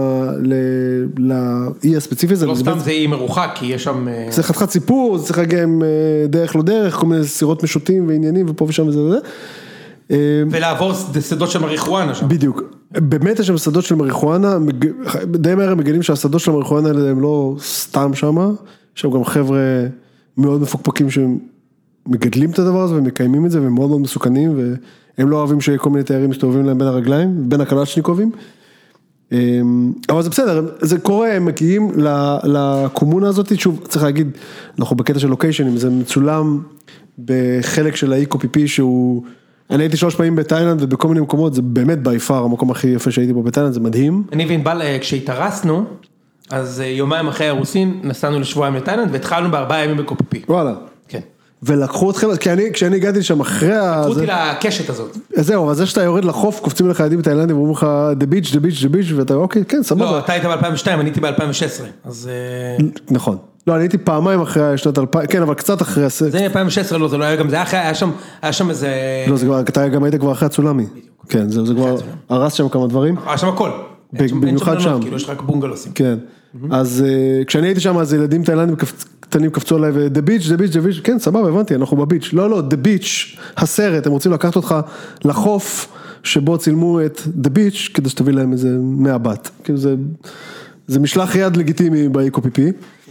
לאי הספציפי הזה. לא סתם זה אי מרוחק, כי יש שם... זה חתיכת סיפור, זה צריך להגיע עם דרך לא דרך, כל מיני סירות משוטים ועניינים ופה ושם וזה וזה. ולעבור שדות של מריחואנה שם. בדיוק, באמת יש שם שדות של מריחואנה, די מהר הם מגלים שהשדות של המריחואנה האלה הם לא סתם שם, יש שם גם חבר'ה מאוד מפוקפקים שמגדלים את הדבר הזה ומקיימים את זה, והם מאוד מאוד מסוכנים, והם לא אוהבים שכל מיני תיירים מסתובבים להם בין הרגליים, בין הקלצ'ניקובים, אבל זה בסדר, זה קורה, הם מגיעים לקומונה הזאת, שוב צריך להגיד, אנחנו בקטע של לוקיישנים, זה מצולם בחלק של האי קופיפי שהוא, אני הייתי שלוש פעמים בתאילנד ובכל מיני מקומות, זה באמת ביפר, המקום הכי יפה שהייתי בו בתאילנד, זה מדהים. אני וענבל, כשהתארסנו, אז יומיים אחרי הרוסין, נסענו לשבועיים לתאילנד, והתחלנו בארבעה ימים בקופיפי. וואלה. כן. ולקחו אתכם, כי אני, כשאני הגעתי שם אחרי... לקחו אותי לקשת הזאת. זהו, אז זה שאתה יורד לחוף, קופצים לך ילדים בתאילנדים, ואומרים לך, the beach, the beach, the beach, ואתה, אוקיי, כן, סבבה. לא, אתה היית ב-אלפיים ושתיים, אני הייתי ב-אלפיים ושש עשרה, אז... נכון. לא, אני הייתי פעמיים אחרי שנת אלפיים, כן, אבל קצת אחרי... זה אלפיים ושש עשרה, לא, זה לא היה גם, זה היה שם, היה שם איזה... לא, זה כבר, אתה גם היית כבר אחרי הצולמי. כן, זה כבר, הרס שם כמה דברים. היה שם הכל. במיוחד שם. כאילו, יש רק בונגלוסים. כן. אז כשאני הייתי שם, אז ילדים תאילנדים קטנים קפצו עליי, ו-the beach, the beach, the beach, כן, סבבה, הבנתי, אנחנו בביץ'. לא, לא, the beach, הסרט, הם רוצים לקחת אותך לחוף, שבו צילמו את the beach, כדי שתביא להם איזה מהבת. כאילו זה, זה משלח יד לגיטימי באי-קופיפי.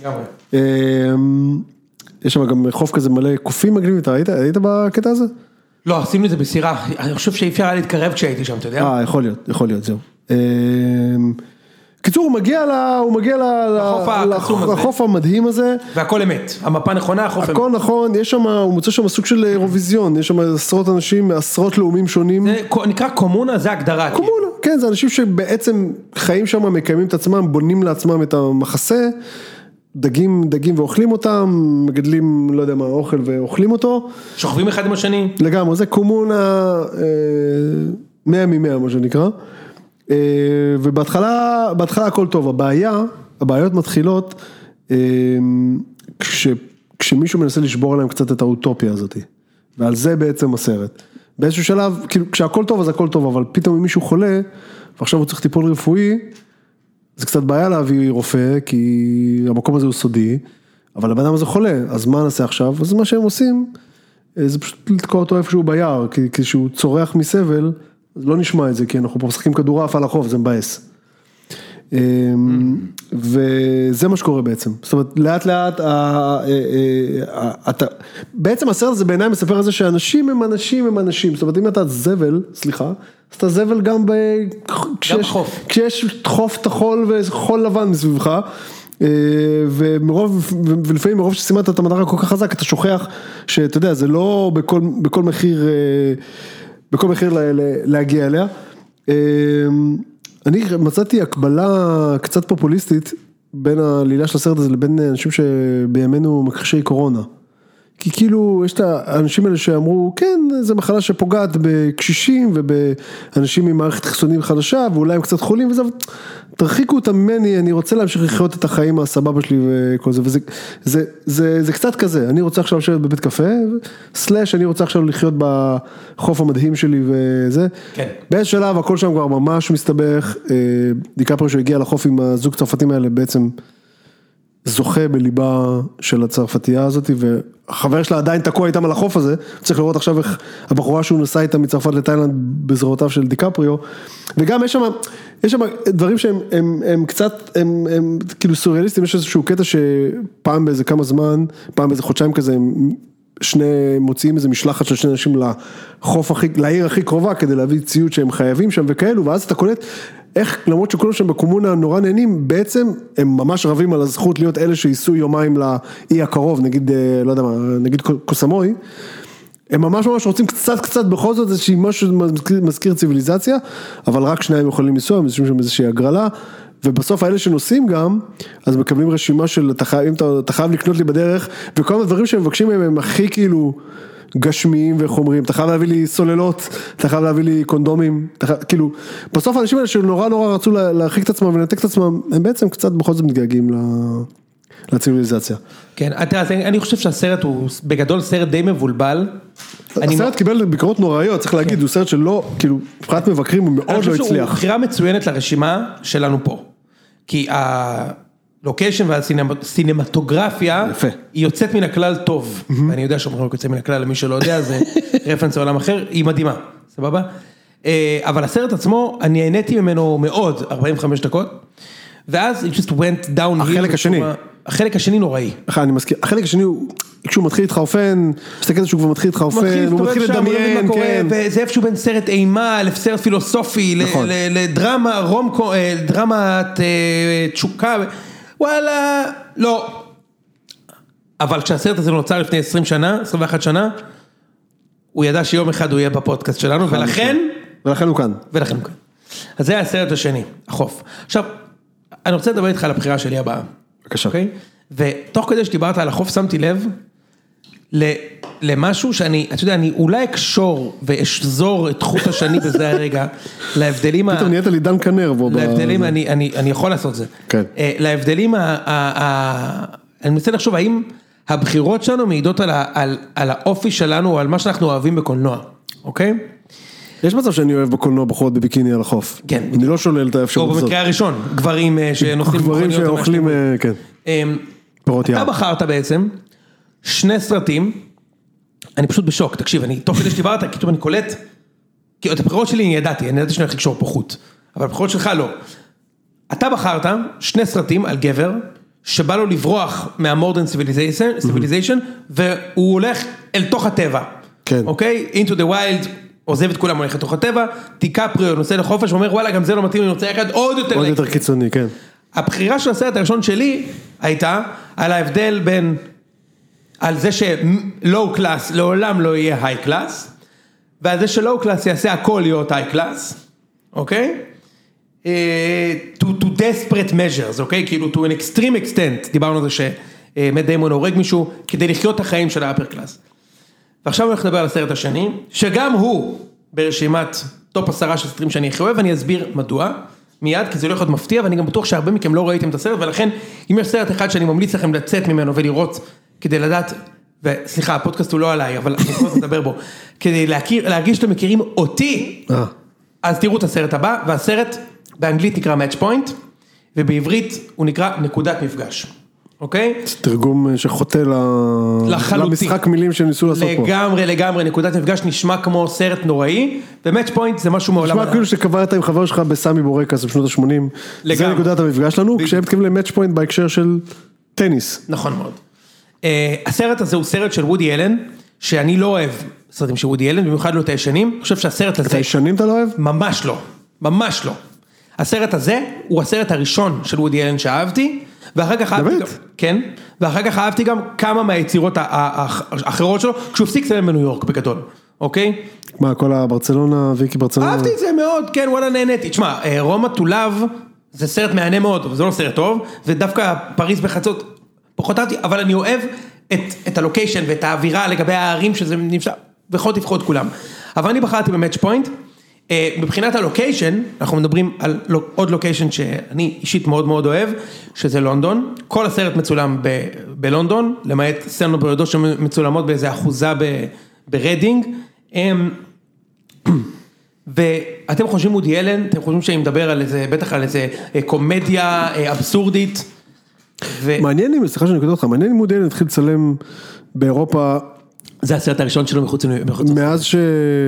יש שם גם חוף כזה מלא קופים מגניבים, אתה היית, היית בקטע הזה? לא, עשינו את זה בסירה, אני חושב שאי אפשר היה להתקרב כשהייתי שם, אתה יודע? אה, יכול להיות, יכול להיות, זהו. קיצור, הוא מגיע, לה, הוא מגיע לה, לחוף המדהים הזה. והכל אמת, המפה נכונה, החוף אמת. הכל נכון, יש שם, הוא מוצא שם סוג של אירוויזיון, יש שם עשרות אנשים, עשרות לאומים שונים. זה נקרא קומונה, זה הגדרה. קומונה, כן, זה אנשים שבעצם חיים שם, מקיימים את עצמם, בונים לעצמם את המחסה, דגים, דגים ואוכלים אותם, מגדלים, לא יודע מה, אוכל ואוכלים אותו. שוכבים אחד עם השני. לגמרי, זה קומונה, מאה ממאה, מה שנקרא. ובהתחלה, בהתחלה הכל טוב, הבעיה, הבעיות מתחילות, כש, כשמישהו מנסה לשבור עליהם קצת את האוטופיה הזאת, ועל זה בעצם הסרט. באיזשהו שלב, כאילו, כשהכל טוב אז הכל טוב, אבל פתאום אם מישהו חולה, ועכשיו הוא צריך טיפול רפואי, זה קצת בעיה להביא רופא, כי המקום הזה הוא סודי, אבל הבן אדם הזה חולה, אז מה נעשה עכשיו? אז מה שהם עושים, זה פשוט לתקוע אותו איפשהו ביער, כי כשהוא צורח מסבל, אז לא נשמע את זה, כי אנחנו פה משחקים כדורעף על החוף, זה מבאס. וזה מה שקורה בעצם, זאת אומרת, לאט לאט, אתה, בעצם הסרט הזה בעיניי מספר על זה שאנשים הם אנשים הם אנשים, זאת אומרת, אם אתה זבל, סליחה, אז אתה זבל גם ב... גם חוף. כשיש חוף תחול וחול לבן מסביבך, ומרוב, ולפעמים מרוב ששימת את המטרה כל כך חזק, אתה שוכח שאתה יודע, זה לא בכל, בכל מחיר, בכל מחיר להגיע אליה. אני מצאתי הקבלה קצת פופוליסטית בין העלילה של הסרט הזה לבין אנשים שבימינו מכחישי קורונה. כי כאילו יש את האנשים האלה שאמרו, כן, זו מחלה שפוגעת בקשישים ובאנשים עם מערכת חיסונים חדשה, ואולי הם קצת חולים וזה, תרחיקו אותם ממני, אני רוצה להמשיך לחיות את החיים הסבבה שלי וכל זה, וזה זה, זה, זה קצת כזה, אני רוצה עכשיו לשבת בבית קפה, סלש, אני רוצה עכשיו לחיות בחוף המדהים שלי וזה. כן. באיזה שלב, הכל שם כבר ממש מסתבך, דיקפריו שהגיע לחוף עם הזוג צרפתים האלה, בעצם זוכה בליבה של הצרפתייה הזאת, והחבר שלה עדיין תקוע איתם על החוף הזה, צריך לראות עכשיו איך הבחורה שהוא נסע איתה מצרפת לתאילנד בזרועותיו של דיקפריו, וגם יש שם, יש שם דברים שהם הם, הם קצת, הם, הם כאילו סוריאליסטים, יש איזשהו קטע שפעם באיזה כמה זמן, פעם באיזה חודשיים כזה, הם שני מוציאים איזה משלחת של שני אנשים לחוף הכי, לעיר הכי קרובה, כדי להביא ציוד שהם חייבים שם וכאלו, ואז אתה קולט, איך למרות שכולם שם בקומונה נורא נהנים, בעצם הם ממש רבים על הזכות להיות אלה שייסעו יומיים לאי הקרוב, נגיד, לא יודע מה, נגיד קוסמוי, הם ממש ממש רוצים קצת קצת בכל זאת, איזושהי משהו מזכיר ציביליזציה, אבל רק שניים יכולים לנסוע, הם יושבים שם איזושהי הגרלה, ובסוף האלה שנוסעים גם, אז מקבלים רשימה של, אם אתה חייב לקנות לי בדרך, וכל הדברים שהם מבקשים מהם הם הכי כאילו, גשמיים וחומרים, אתה חייב להביא לי סוללות, אתה חייב להביא לי קונדומים, חייב, כאילו, בסוף האנשים האלה שנורא נורא רצו להרחיק את עצמם ולנתק את עצמם, הם בעצם קצת בכל זאת מתגעגעים לציביליזציה. כן, אני חושב שהסרט הוא בגדול סרט די מבולבל. הסרט קיבל ביקורות נוראיות, צריך להגיד, הוא סרט שלא, כאילו, מבחינת מבקרים הוא מאוד לא הצליח. אני חושב שהוא בחירה מצוינת לרשימה שלנו פה, כי לוקיישן והסינמטוגרפיה היא יוצאת מן הכלל טוב, ואני יודע שאומרים יוצא מן הכלל למי שלא יודע, זה רפרנס לעולם אחר, היא מדהימה, סבבה? אבל הסרט עצמו, אני העניתי ממנו מאוד, ארבעים וחמש דקות, ואז it just went down. החלק השני. החלק השני נוראי. אני מזכיר, החלק השני הוא, כשהוא מתחיל איתך אופן, שאתה כזה שהוא כבר מתחיל איתך אופן, הוא מתחיל לדמיין, כן. וזה איפשהו בין סרט אימה, לסרט פילוסופי, לדרמה, רומקו, דרמת תשוקה, וואלה, לא. אבל כשהסרט הזה נוצר לפני עשרים שנה, עשרים ואחת שנה, הוא ידע שיום אחד הוא יהיה בפודקאסט שלנו, ולכן... ולכן הוא כאן. ולכן הוא כאן. אז זה הסרט השני, החוף. עכשיו, אני רוצה לדבר איתך על הבחירה שלי הבאה. בבקשה. אוקיי? ותוך כדי שדיברת על החוף, שמתי לב למשהו שאני, אתה יודע, אני אולי אקשור ואשזור את חוט השני בזה הרגע, להבדלים... פתאום נהיית לי דן כנר בו. להבדלים, אני יכול לעשות זה. כן. להבדלים, אני מנסה לחשוב, האם הבחירות שלנו מעידות על האופי שלנו, או על מה שאנחנו אוהבים בקולנוע, אוקיי? יש מצב שאני אוהב בקולנוע בחורות בביקיני על החוף. כן. אני לא שולל את האפשרות הזאת. או במקרה הראשון, גברים שנוסעים... גברים שאוכלים, כן. פירות ים. אתה בחרת בעצם שני סרטים, אני פשוט בשוק, תקשיב, אני תוך כדי שדיברת, כתוב אני קולט, כי את הבחירות שלי אני ידעתי, אני ידעתי שאני הולך לקשור פה חוט, אבל הבחירות שלך לא. אתה בחרת שני סרטים על גבר, שבא לו לברוח מהמודרן סיביליזיישן, והוא הולך אל תוך הטבע. כן. אוקיי? Into the wild, עוזב את כולם, הולך לתוך הטבע, דיקפריו נוסע לחופש, ואומר וואלה, גם זה לא מתאים, אני רוצה אחד עוד יותר... עוד יותר קיצוני, כן. הבחירה של הסרט הראשון שלי הייתה על ההבדל בין, על זה שלואו קלאס לעולם לא יהיה היי קלאס, ועל זה שלואו קלאס יעשה הכל להיות היי קלאס, אוקיי? to, to desperate measures, אוקיי? כאילו to an extreme extent, דיברנו על זה שמט דיימון הורג מישהו, כדי לחיות את החיים של האפר קלאס. ועכשיו אני הולך לדבר על הסרט השני, שגם הוא ברשימת טופ עשרה של סרטים שאני הכי אוהב, ואני אסביר מדוע. מיד, כי זה לא יכול להיות מפתיע, ואני גם בטוח שהרבה מכם לא ראיתם את הסרט, ולכן, אם יש סרט אחד שאני ממליץ לכם לצאת ממנו ולראות, כדי לדעת, וסליחה, הפודקאסט הוא לא עליי, אבל אני יכול לדבר בו, כדי להכיר, להרגיש שאתם מכירים אותי, אז תראו את הסרט הבא, והסרט באנגלית נקרא Match Point, ובעברית הוא נקרא נקודת מפגש. אוקיי? זה תרגום שחוטא למשחק מילים שהם ניסו לעשות פה. לגמרי, לגמרי, נקודת מפגש נשמע כמו סרט נוראי, ומאץ' פוינט זה משהו מעולם. נשמע כאילו שקברת עם חבר שלך בסמי בורקס בשנות ה-שמונים, זה נקודת המפגש שלנו, כשהם מתכוונים למאץ' פוינט בהקשר של טניס. נכון מאוד. הסרט הזה הוא סרט של וודי אלן, שאני לא אוהב סרטים של וודי אלן, במיוחד לא את הישנים, אני חושב שהסרט הזה... את הישנים אתה לא אוהב? ממש לא, ממש לא. הסרט הזה הוא הסרט הראשון של וודי אלן שאהבתי, ואחר כך אהבתי גם, כן, ואחר כך אהבתי גם כמה מהיצירות האחרות שלו, כשהוא הפסיק לצלם בניו יורק בגדול, אוקיי? מה, כל הברצלונה, ויקי ברצלונה? אהבתי את זה מאוד, כן, וואלה נהניתי. תשמע, רומא to love זה סרט מהנה מאוד, אבל זה לא סרט טוב, ודווקא פריז בחצות פחות אהבתי, אבל אני אוהב את, את הלוקיישן ואת האווירה לגבי הערים שזה נפשע, ויכול תבחור את כולם. אבל אני בחרתי במאץ' פוינט, מבחינת הלוקיישן, אנחנו מדברים על עוד לוקיישן שאני אישית מאוד מאוד אוהב, שזה לונדון, כל הסרט מצולם ב- בלונדון, למעט סצנות בודדות שמצולמות באיזה אחוזה ב- ברדינג, ואתם חושבים וודי אלן, אתם חושבים שאני מדבר על איזה, בטח על איזה קומדיה אבסורדית, ו... מעניין אם, סליחה שאני קודם אותך, מעניין אם וודי אלן התחיל לצלם באירופה, זה הסרט הראשון שלו מחוץ לחוץ. מאז ש...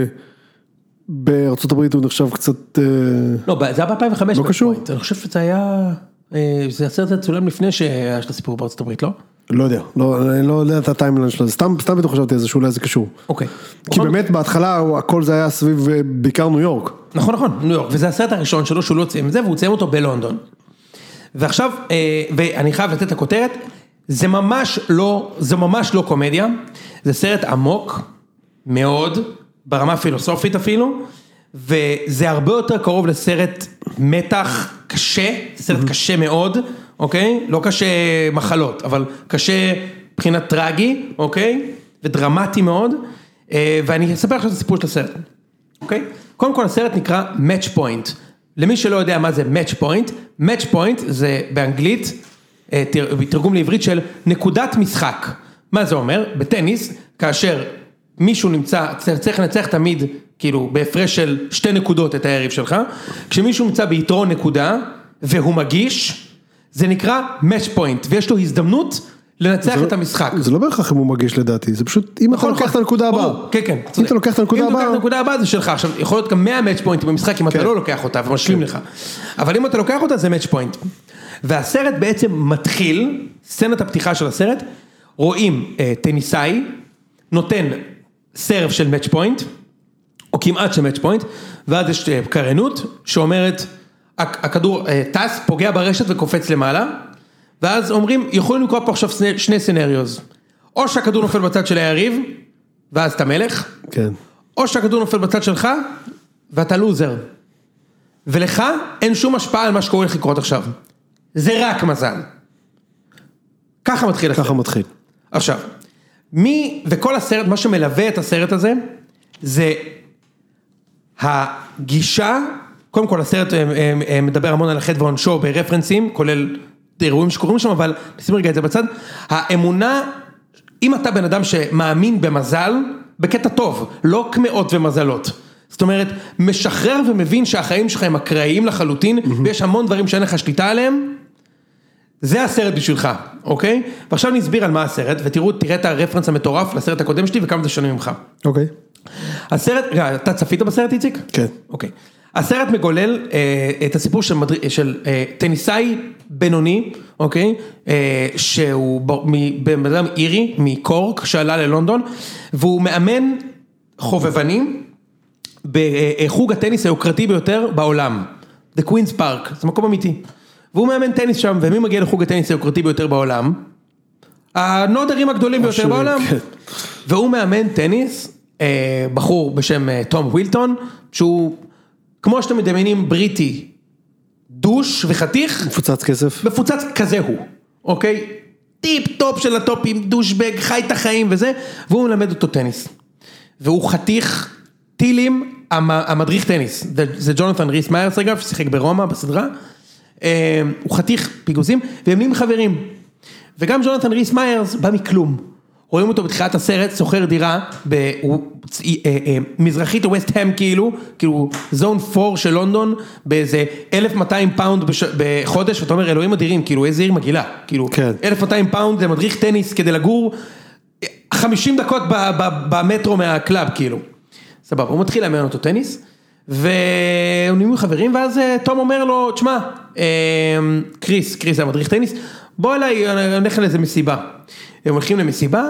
בארצות הברית הוא נחשב קצת... לא, זה היה ב-אלפיים וחמש. לא קשור? אני חושב שזה היה... זה הסרט הצולם לפני שהיה של הסיפור בארצות הברית, לא? לא יודע, אני לא יודע את הטיימלן שלו, סתם בטח חשבתי על זה שאולי זה קשור. אוקיי. כי באמת בהתחלה הכל זה היה סביב בעיקר ניו יורק. נכון, נכון, ניו יורק, וזה הסרט הראשון שלו שהוא לא ציים את זה, והוא ציים אותו בלונדון. ועכשיו, ואני חייב לתת את הכותרת, זה ממש לא, זה ממש לא קומדיה, זה סרט עמוק, מאוד, ברמה פילוסופית אפילו, וזה הרבה יותר קרוב לסרט מתח קשה, סרט קשה מאוד, אוקיי? לא קשה מחלות, אבל קשה מבחינת טרגי, אוקיי? ודרמטי מאוד, ואני אספר לך את הסיפור של הסרט, אוקיי? קודם כל הסרט נקרא Match Point, למי שלא יודע מה זה Match Point, Match Point זה באנגלית, תרגום לעברית של נקודת משחק, מה זה אומר? בטניס, כאשר מישהו נמצא, צריך לנצח תמיד, כאילו, בהפרש של שתי נקודות את היריב שלך, כשמישהו נמצא ביתרון נקודה, והוא מגיש, זה נקרא match point, ויש לו הזדמנות לנצח את המשחק. זה לא בהכרח אם הוא מגיש לדעתי, זה פשוט, אם אתה לוקח את הנקודה הבאה. כן, כן. אם אתה לוקח את הנקודה הבאה. אם אתה לוקח את הנקודה הבאה זה שלך, עכשיו, יכול להיות גם מאה match point במשחק, אם אתה לא לוקח אותה ומשלים לך. אבל אם אתה לוקח אותה, זה match point. והסרט בעצם מתחיל, סצנת הפתיחה של הסרט, רואים טניסאי, נותן סרב של match point, או כמעט של match point, ואז יש קרנות שאומרת, הכדור טס, פוגע ברשת וקופץ למעלה, ואז אומרים, יכולים לקרוא פה עכשיו שני סנריוז, או שהכדור נופל בצד של היריב, ואז אתה מלך, כן. או שהכדור נופל בצד שלך, ואתה לוזר. ולך אין שום השפעה על מה שקורה לך לקרות עכשיו. זה רק מזל. ככה מתחיל הסרט. ככה מתחיל. עכשיו, מי, וכל הסרט, מה שמלווה את הסרט הזה, זה הגישה, קודם כל הסרט מדבר המון על החטא ועונשו ברפרנסים, כולל אירועים שקורים שם, אבל נשים רגע את זה בצד, האמונה, אם אתה בן אדם שמאמין במזל, בקטע טוב, לא כמאות ומזלות, זאת אומרת, משחרר ומבין שהחיים שלך הם אקראיים לחלוטין, ויש המון דברים שאין לך שליטה עליהם, זה הסרט בשבילך, אוקיי? ועכשיו נסביר על מה הסרט, ותראו, תראה את הרפרנס המטורף לסרט הקודם שלי, וכמה זה שונה ממך. אוקיי. הסרט, אתה צפית בסרט, איציק? כן. אוקיי. הסרט מגולל אה, את הסיפור של, מדריך, של אה, טניסאי בינוני, אוקיי? אה, שהוא בן אדם אירי, מקורק, שעלה ללונדון, והוא מאמן חובבנים, בחוג הטניס היוקרתי ביותר בעולם. The Queen's Park, זה מקום אמיתי. והוא מאמן טניס שם, ומי מגיע לחוג הטניס היוקרתי ביותר בעולם? הנודרים הגדולים ביותר בעולם. והוא מאמן טניס, בחור בשם תום ווילטון, שהוא, כמו שאתם מדמיינים, בריטי, דוש וחתיך. מפוצץ כסף. מפוצץ כזה הוא, אוקיי? טיפ טופ של הטופים, דושבג, חי את החיים וזה, והוא מלמד אותו טניס. והוא חתיך טילים, המדריך טניס, זה ג'ונתן ריס מיירס אגב, ששיחק ברומא בסדרה, הוא חתיך פיגוזים, והם נהיים חברים. וגם ג'ונתן ריס מיירס בא מכלום. רואים אותו בתחילת הסרט, סוחר דירה, במזרחית ווסט-הם כאילו, כאילו זון פור של לונדון, באיזה אלף ומאתיים פאונד בחודש, ואתה אומר, אלוהים אדירים, כאילו איזה עיר מגעילה, כאילו אלף ומאתיים פאונד למדריך טניס כדי לגור, חמישים דקות במטרו מהקלאב, כאילו. סבבה, הוא מתחיל לאמן אותו טניס, והוא נהיו חברים, ואז תום אומר לו, תשמע, קריס, קריס זה מדריך טניס, בוא אליי, אני הולך לאיזה מסיבה. הם הולכים למסיבה,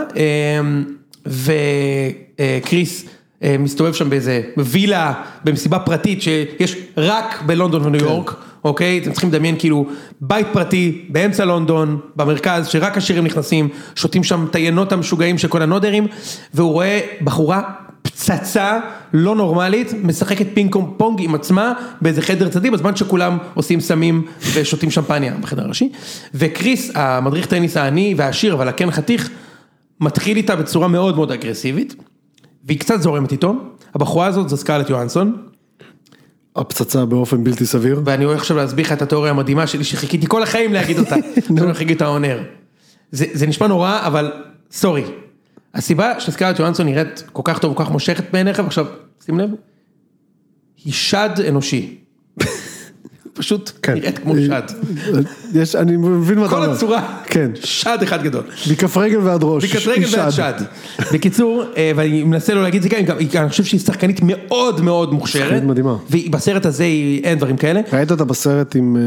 וקריס מסתובב שם באיזה וילה, במסיבה פרטית, שיש רק בלונדון וניו יורק, אוקיי? אתם צריכים לדמיין כאילו בית פרטי, באמצע לונדון, במרכז, שרק השירים נכנסים, שותים שם טיינות המשוגעים של כל הנודרים, והוא רואה בחורה פצצה לא נורמלית, משחקת פינג פונג עם עצמה, באיזה חדר צדדי, בזמן שכולם עושים סמים ושותים שמפניה בחדר הראשי, וקריס, המדריך טניס העני והעשיר, אבל הכן חתיך, מתחיל איתה בצורה מאוד מאוד אגרסיבית, והיא קצת זורמת איתו, הבחורה הזאת זו סקרלט יוהנסון, הפצצה באופן בלתי סביר. ואני הולך עכשיו להסביר לך את התיאוריה המדהימה שלי, שחיכיתי כל החיים להגיד אותה, שאני חיכיתי את העונר. זה, זה נשמע נורא, אבל סורי. הסיבה שסקרלט יוהנסון נראית כל כך טוב, כל כך מושכת בעיניך, ועכשיו, שים לב, היא שד אנושי. פשוט נראית כמו שד. יש, אני מבין מה אתה אומר. כל הצורה, כן. שד אחד גדול. מכף רגל ועד ראש. מכף רגל ועד שד. בקיצור, ואני מנסה לו להגיד את זה כאן, אני חושב שהיא שחקנית מאוד מאוד מוכשרת. שחקנית מדהימה. ובסרט הזה אין דברים כאלה. ראית אותה בסרט עם,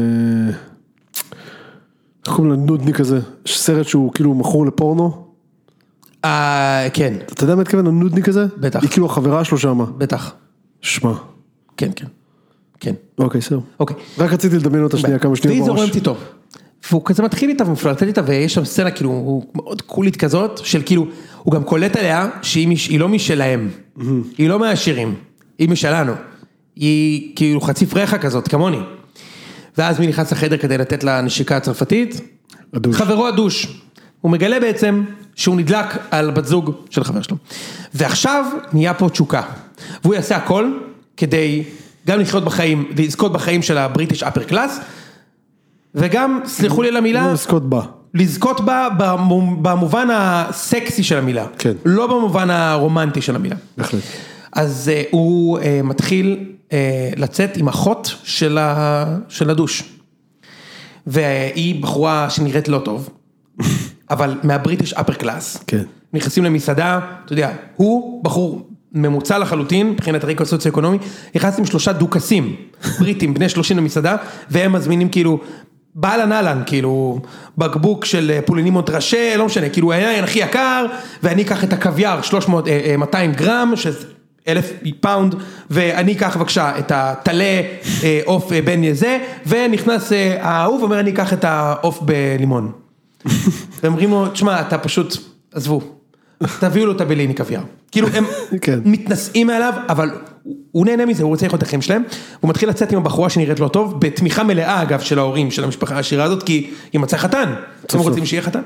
איך קוראים לה נודניק כזה? סרט שהוא כאילו מכור לפורנו? אה, כן. אתה יודע מה התכוון הנודניק כזה? בטח. היא כאילו החברה שלו שמה. בטח. שמה. כן, כן. כן. אוקיי, סר. אוקיי. רק רציתי לדמיין אותה שנייה כמה שניות בראש. והיא זורמת איתו. והוא כזה מתחיל איתה ומפלרטט איתה, ויש שם סצנה כאילו, הוא מאוד קולית כזאת, של כאילו, הוא גם קולט עליה, שהיא לא משלהם. היא לא מהעשירים. היא משלנו. היא כאילו חצי פרחה כזאת, כמוני. ואז מי נכנס לחדר כדי לתת לה נשיקה הצרפתית? הדוש. חברו הדוש. הוא מגלה בעצם שהוא נדלק על בת זוג של חבר שלו. ועכשיו נהיה פה תשוקה. והוא יעשה הכל כדי גם לחיות בחיים, לזכות בחיים של הבריטיש אפר קלאס, וגם, סליחו לי על המילה, לזכות בה. לזכות בה במובן הסקסי של המילה. כן. לא במובן הרומנטי של המילה. בהחלט. אז uh, הוא uh, מתחיל uh, לצאת עם אחות של, ה... של הדוש. והיא בחורה שנראית לא טוב, אבל מהבריטיש אפר קלאס. כן. נכנסים למסעדה, אתה יודע, הוא בחור ממוצע לחלוטין, מבחינת הרקע הסוציו-אקונומי, נכנסים שלושה דוקסים, בריטים, בני שלושים למסעדה, והם מזמינים כאילו, באלן אלן, כאילו, בקבוק של פוליני מונטרשה, לא משנה, כאילו, העניין הכי יקר, ואני אקח את הקוויאר, שלוש מאות, מאתיים גרם, שזה אלף פאונד, ואני אקח בבקשה את הטלה אוף בן יזה, ונכנס האהוב, ואומר, אני אקח את האוף בלימון. ואומרים לו, תשמע, אתה פשוט, עזבו, תביאו לו את הבליני קוויאר. כאילו, הם מתנסים מעליו, אבל הוא נהנה מזה, הוא רוצה לראות את החיים שלהם, הוא מתחיל לצאת עם הבחורה שנראית לא טוב, בתמיכה מלאה, אגב, של ההורים, של המשפחה העשירה הזאת, כי היא מצאה חתן, הם רוצים שיהיה חתן.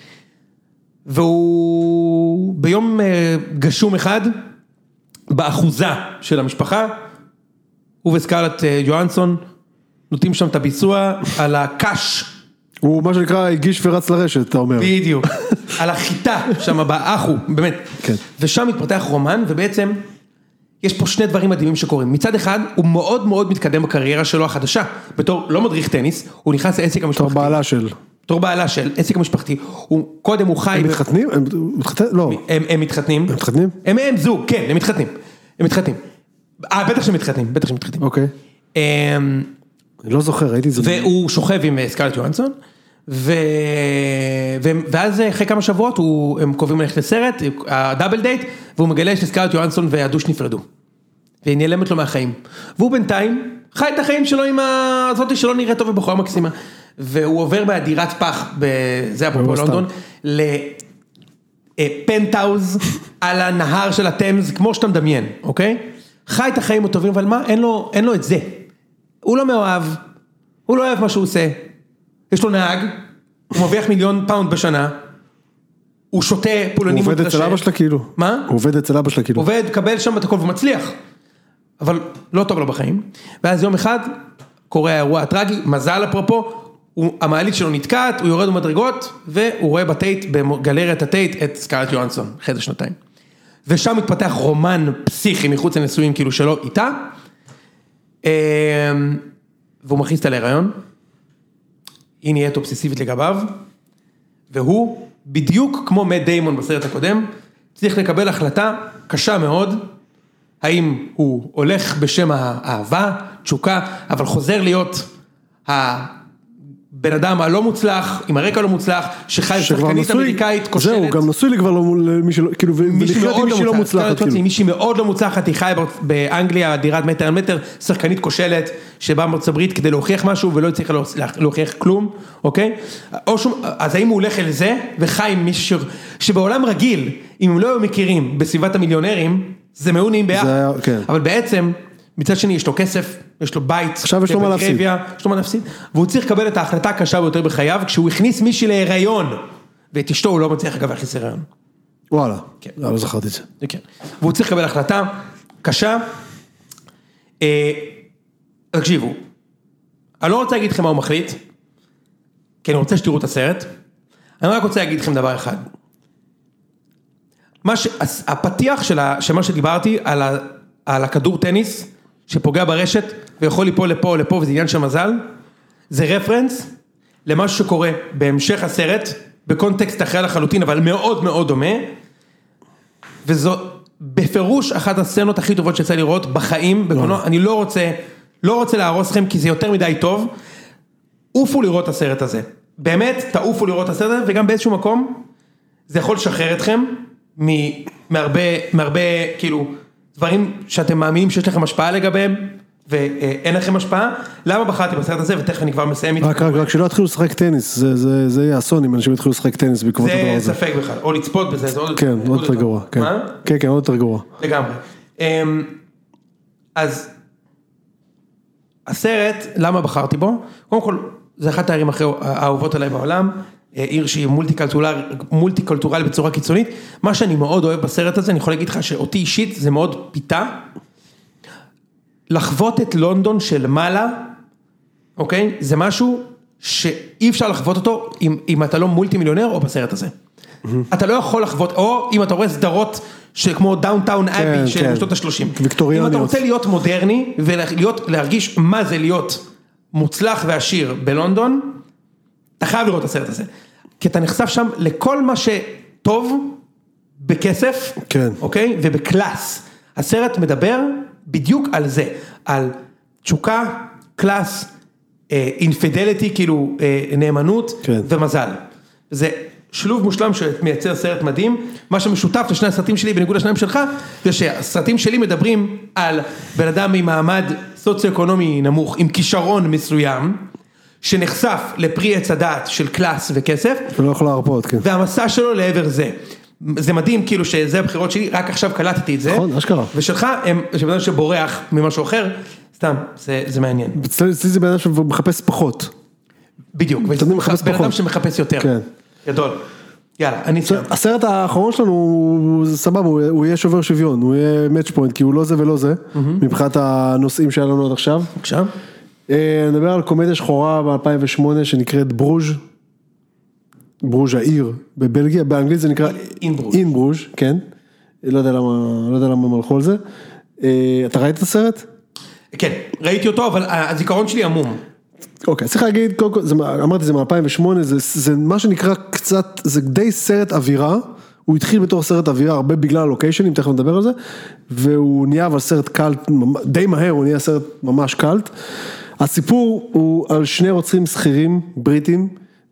והוא ביום גשום אחד, באחוזה של המשפחה, הוא וסקרלט יוהנסון, נותנים שם את הביצוע על הקש. הוא מה שנקרא הגיש ורץ לרשת, אתה אומר. בדיוק. על החיטה שם באחו, באמת. כן. ושם מתפתח רומן, ובעצם יש פה שני דברים מדהימים שקורים. מצד אחד, הוא מאוד מאוד מתקדם בקריירה שלו החדשה, בתור לא מדריך טניס, הוא נכנס לעסק המשפחתי. בתור בעלה של. בתור בעלה של, עסק המשפחתי. הוא, קודם הוא חי... הם מתחתנים? הם מתחתנים? לא. הם, הם מתחתנים. הם מתחתנים? הם, הם זוג, כן, הם מתחתנים. הם מתחתנים. אה, בטח שהם מתחתנים, בטח שהם מתחתנים. אוקיי. אני לא זוכר, ראיתי את זה. והוא שוכב עם סקרלט יוהנסון, ו... ו... ואז אחרי כמה שבועות הוא... הם קובעים ללכת לסרט, הדאבל דייט, והוא מגלה שסקרלט יוהנסון והדוש נפרדו. והיא נעלמת לו מהחיים. והוא בינתיים חי את החיים שלו עם הזאת שלא נראית טוב ובחורה מקסימה. והוא עובר מהדירת פח, זה היה פה בלונדון, לפנטאוז על הנהר של הטמז, כמו שאתה מדמיין, אוקיי? חי את החיים הטובים, אבל מה? אין לו, אין לו את זה. הוא לא מאוהב, הוא לא אוהב מה שהוא עושה. יש לו נהג, הוא מרוויח מיליון פאונד בשנה, הוא שותה פולנים הוא עובד אצל אבא שלה כאילו. מה? הוא עובד אצל אבא שלה כאילו. עובד, קבל שם את הכל ומצליח, אבל לא טוב לו בחיים. ואז יום אחד, קורה האירוע הטרגי, מזל אפרופו, המעלית שלו נתקעת, הוא יורד במדרגות, והוא רואה בטייט, בגלריית הטייט, את סקארלט יוהנסון, אחרי זה שנתיים. ושם מתפתח רומן פסיכי מחוץ לנישואים, כאילו שלו איתה, והוא מכניס אותה להיריון, היא נהיית אובססיבית לגביו, והוא, בדיוק כמו מאט דיימון בסרט הקודם, צריך לקבל החלטה קשה מאוד, האם הוא הולך בשם האהבה, תשוקה, אבל חוזר להיות הבן אדם הלא מוצלח, עם הרקע לא מוצלח, שחי שחקנית אמריקאית כושלת. זהו, גם נשוי לי כבר למי שלא, כאילו, ולחיות עם מישהי לא מוצלחת. מישהי מאוד לא מוצלחת, היא חי באנגליה, דירת מטר על מטר, שחקנית כושלת, שבאה מארצות הברית כדי להוכיח משהו, ולא צריך להוכיח כלום, אוקיי? אז האם הוא הולך אל זה, וחי עם מישהו שבעולם רגיל, אם הם לא היו מכירים בסביבת המיליונרים, זה מעונים ביחד. אבל בעצם, מצד שני יש לו כסף, יש לו בית, עכשיו יש לו מה להפסיד. יש לו מה להפסיד, והוא צריך לקבל את ההחלטה הקשה ביותר בחייו, כשהוא הכניס מישהי להיריון, ואת אשתו הוא לא מצליח אגב להכניס להיריון. וואלה, לא זכרתי את זה. כן. והוא צריך לקבל החלטה קשה, תקשיבו, אני לא רוצה להגיד לכם מה הוא מחליט, כי אני רוצה שתראו את הסרט, אני רק רוצה להגיד לכם דבר אחד, הפתיח של מה שדיברתי על הכדור טניס, שפוגע ברשת, ויכול ליפול לפה או לפה, וזה עניין של מזל, זה רפרנס למשהו שקורה בהמשך הסרט, בקונטקסט אחרי לחלוטין, אבל מאוד מאוד דומה, וזו בפירוש אחת הסצנות הכי טובות שיצא לראות בחיים, בקולנוע, אני לא רוצה, לא רוצה להרוס לכם, כי זה יותר מדי טוב, עופו לראות את הסרט הזה, באמת, תעופו לראות את הסרט הזה, וגם באיזשהו מקום, זה יכול לשחרר אתכם, מהרבה, מהרבה, כאילו, דברים שאתם מאמינים שיש לכם השפעה לגביהם, ואין לכם השפעה, למה בחרתי בסרט הזה, ותכף אני כבר מסיים איתי. רק, רק, רק שלא התחילו לשחק טניס, זה, זה, זה יהיה אסון אם אנשים התחילו לשחק טניס בעקבות הדבר הזה. זה ספק בכלל, או לצפות בזה, זה עוד כן, עוד יותר גרוע, כן. מה? כן, כן, עוד יותר גרוע. לגמרי. אז, הסרט, למה בחרתי בו? קודם כל, זה אחת הערים האהובות עליי בעולם, עיר שהיא מולטי-קולטורל בצורה קיצונית, מה שאני מאוד אוהב בסרט הזה, אני יכול להגיד לך שאותי אישית זה מאוד פיתה, לחוות את לונדון של מעלה, אוקיי? זה משהו שאי אפשר לחוות אותו אם, אם אתה לא מולטי מיליונר או בסרט הזה. Mm-hmm. אתה לא יכול לחוות, או אם אתה רואה סדרות שכמו דאונטאון אבי של כן. שנות ה-שלושים. אם אתה רוצה להיות מודרני ולהרגיש מה זה להיות מוצלח ועשיר בלונדון, אתה חייב לראות את הסרט הזה. כי אתה נחשף שם לכל מה שטוב בכסף, כן. אוקיי? ובקלאס. הסרט מדבר בדיוק על זה, על תשוקה, קלאס, אינפידליטי, כאילו נאמנות כן. ומזל. זה שילוב מושלם שמייצר סרט מדהים. מה שמשותף לשני הסרטים שלי בניגוד לשניים שלך, זה שהסרטים שלי מדברים על בן אדם ממעמד סוציו-אקונומי נמוך, עם כישרון מסוים, שנחשף לפרי עץ הדעת של קלאס וכסף. ולא יכול להרפות, כן. והמסע שלו לעבר זה. זה מדהים, כאילו שזה הבחירות שלי, רק עכשיו קלטתי את זה. נכון, אשכרה. ושלך, הם, שבן אדם שבורח ממשהו אחר, סתם, זה, זה מעניין. אצלי זה בן אדם שמחפש פחות. בדיוק. בן אדם שמחפש יותר. כן. גדול. יאללה, אני סתם. הסרט האחרון שלנו הוא סבבה, הוא יהיה שובר שוויון, הוא יהיה מאץ' פוינט, כי הוא לא זה ולא זה, מבחינת הנושאים שהיה לנו עד עכשיו. עכשיו? נדבר על קומדיה שחורה ב-אלפיים ושמונה שנקראת ברוז' ברוז' העיר בבלגיה, באנגלית זה נקרא אין ברוז', כן, לא יודע למה, לא יודע למה הם הלכו על זה. אתה ראית את הסרט? כן, ראיתי אותו, אבל הזיכרון שלי עמום. אוקיי, צריך להגיד, אמרתי זה מ-אלפיים ושמונה, זה מה שנקרא קצת, זה די סרט אווירה, הוא התחיל בתור סרט אווירה, הרבה בגלל הלוקיישנים, תכף נדבר על זה, והוא נהיה אבל סרט קלט, די מהר הוא נהיה סרט ממש קלט. הסיפור הוא על שני רוצחים שכירים בריטים,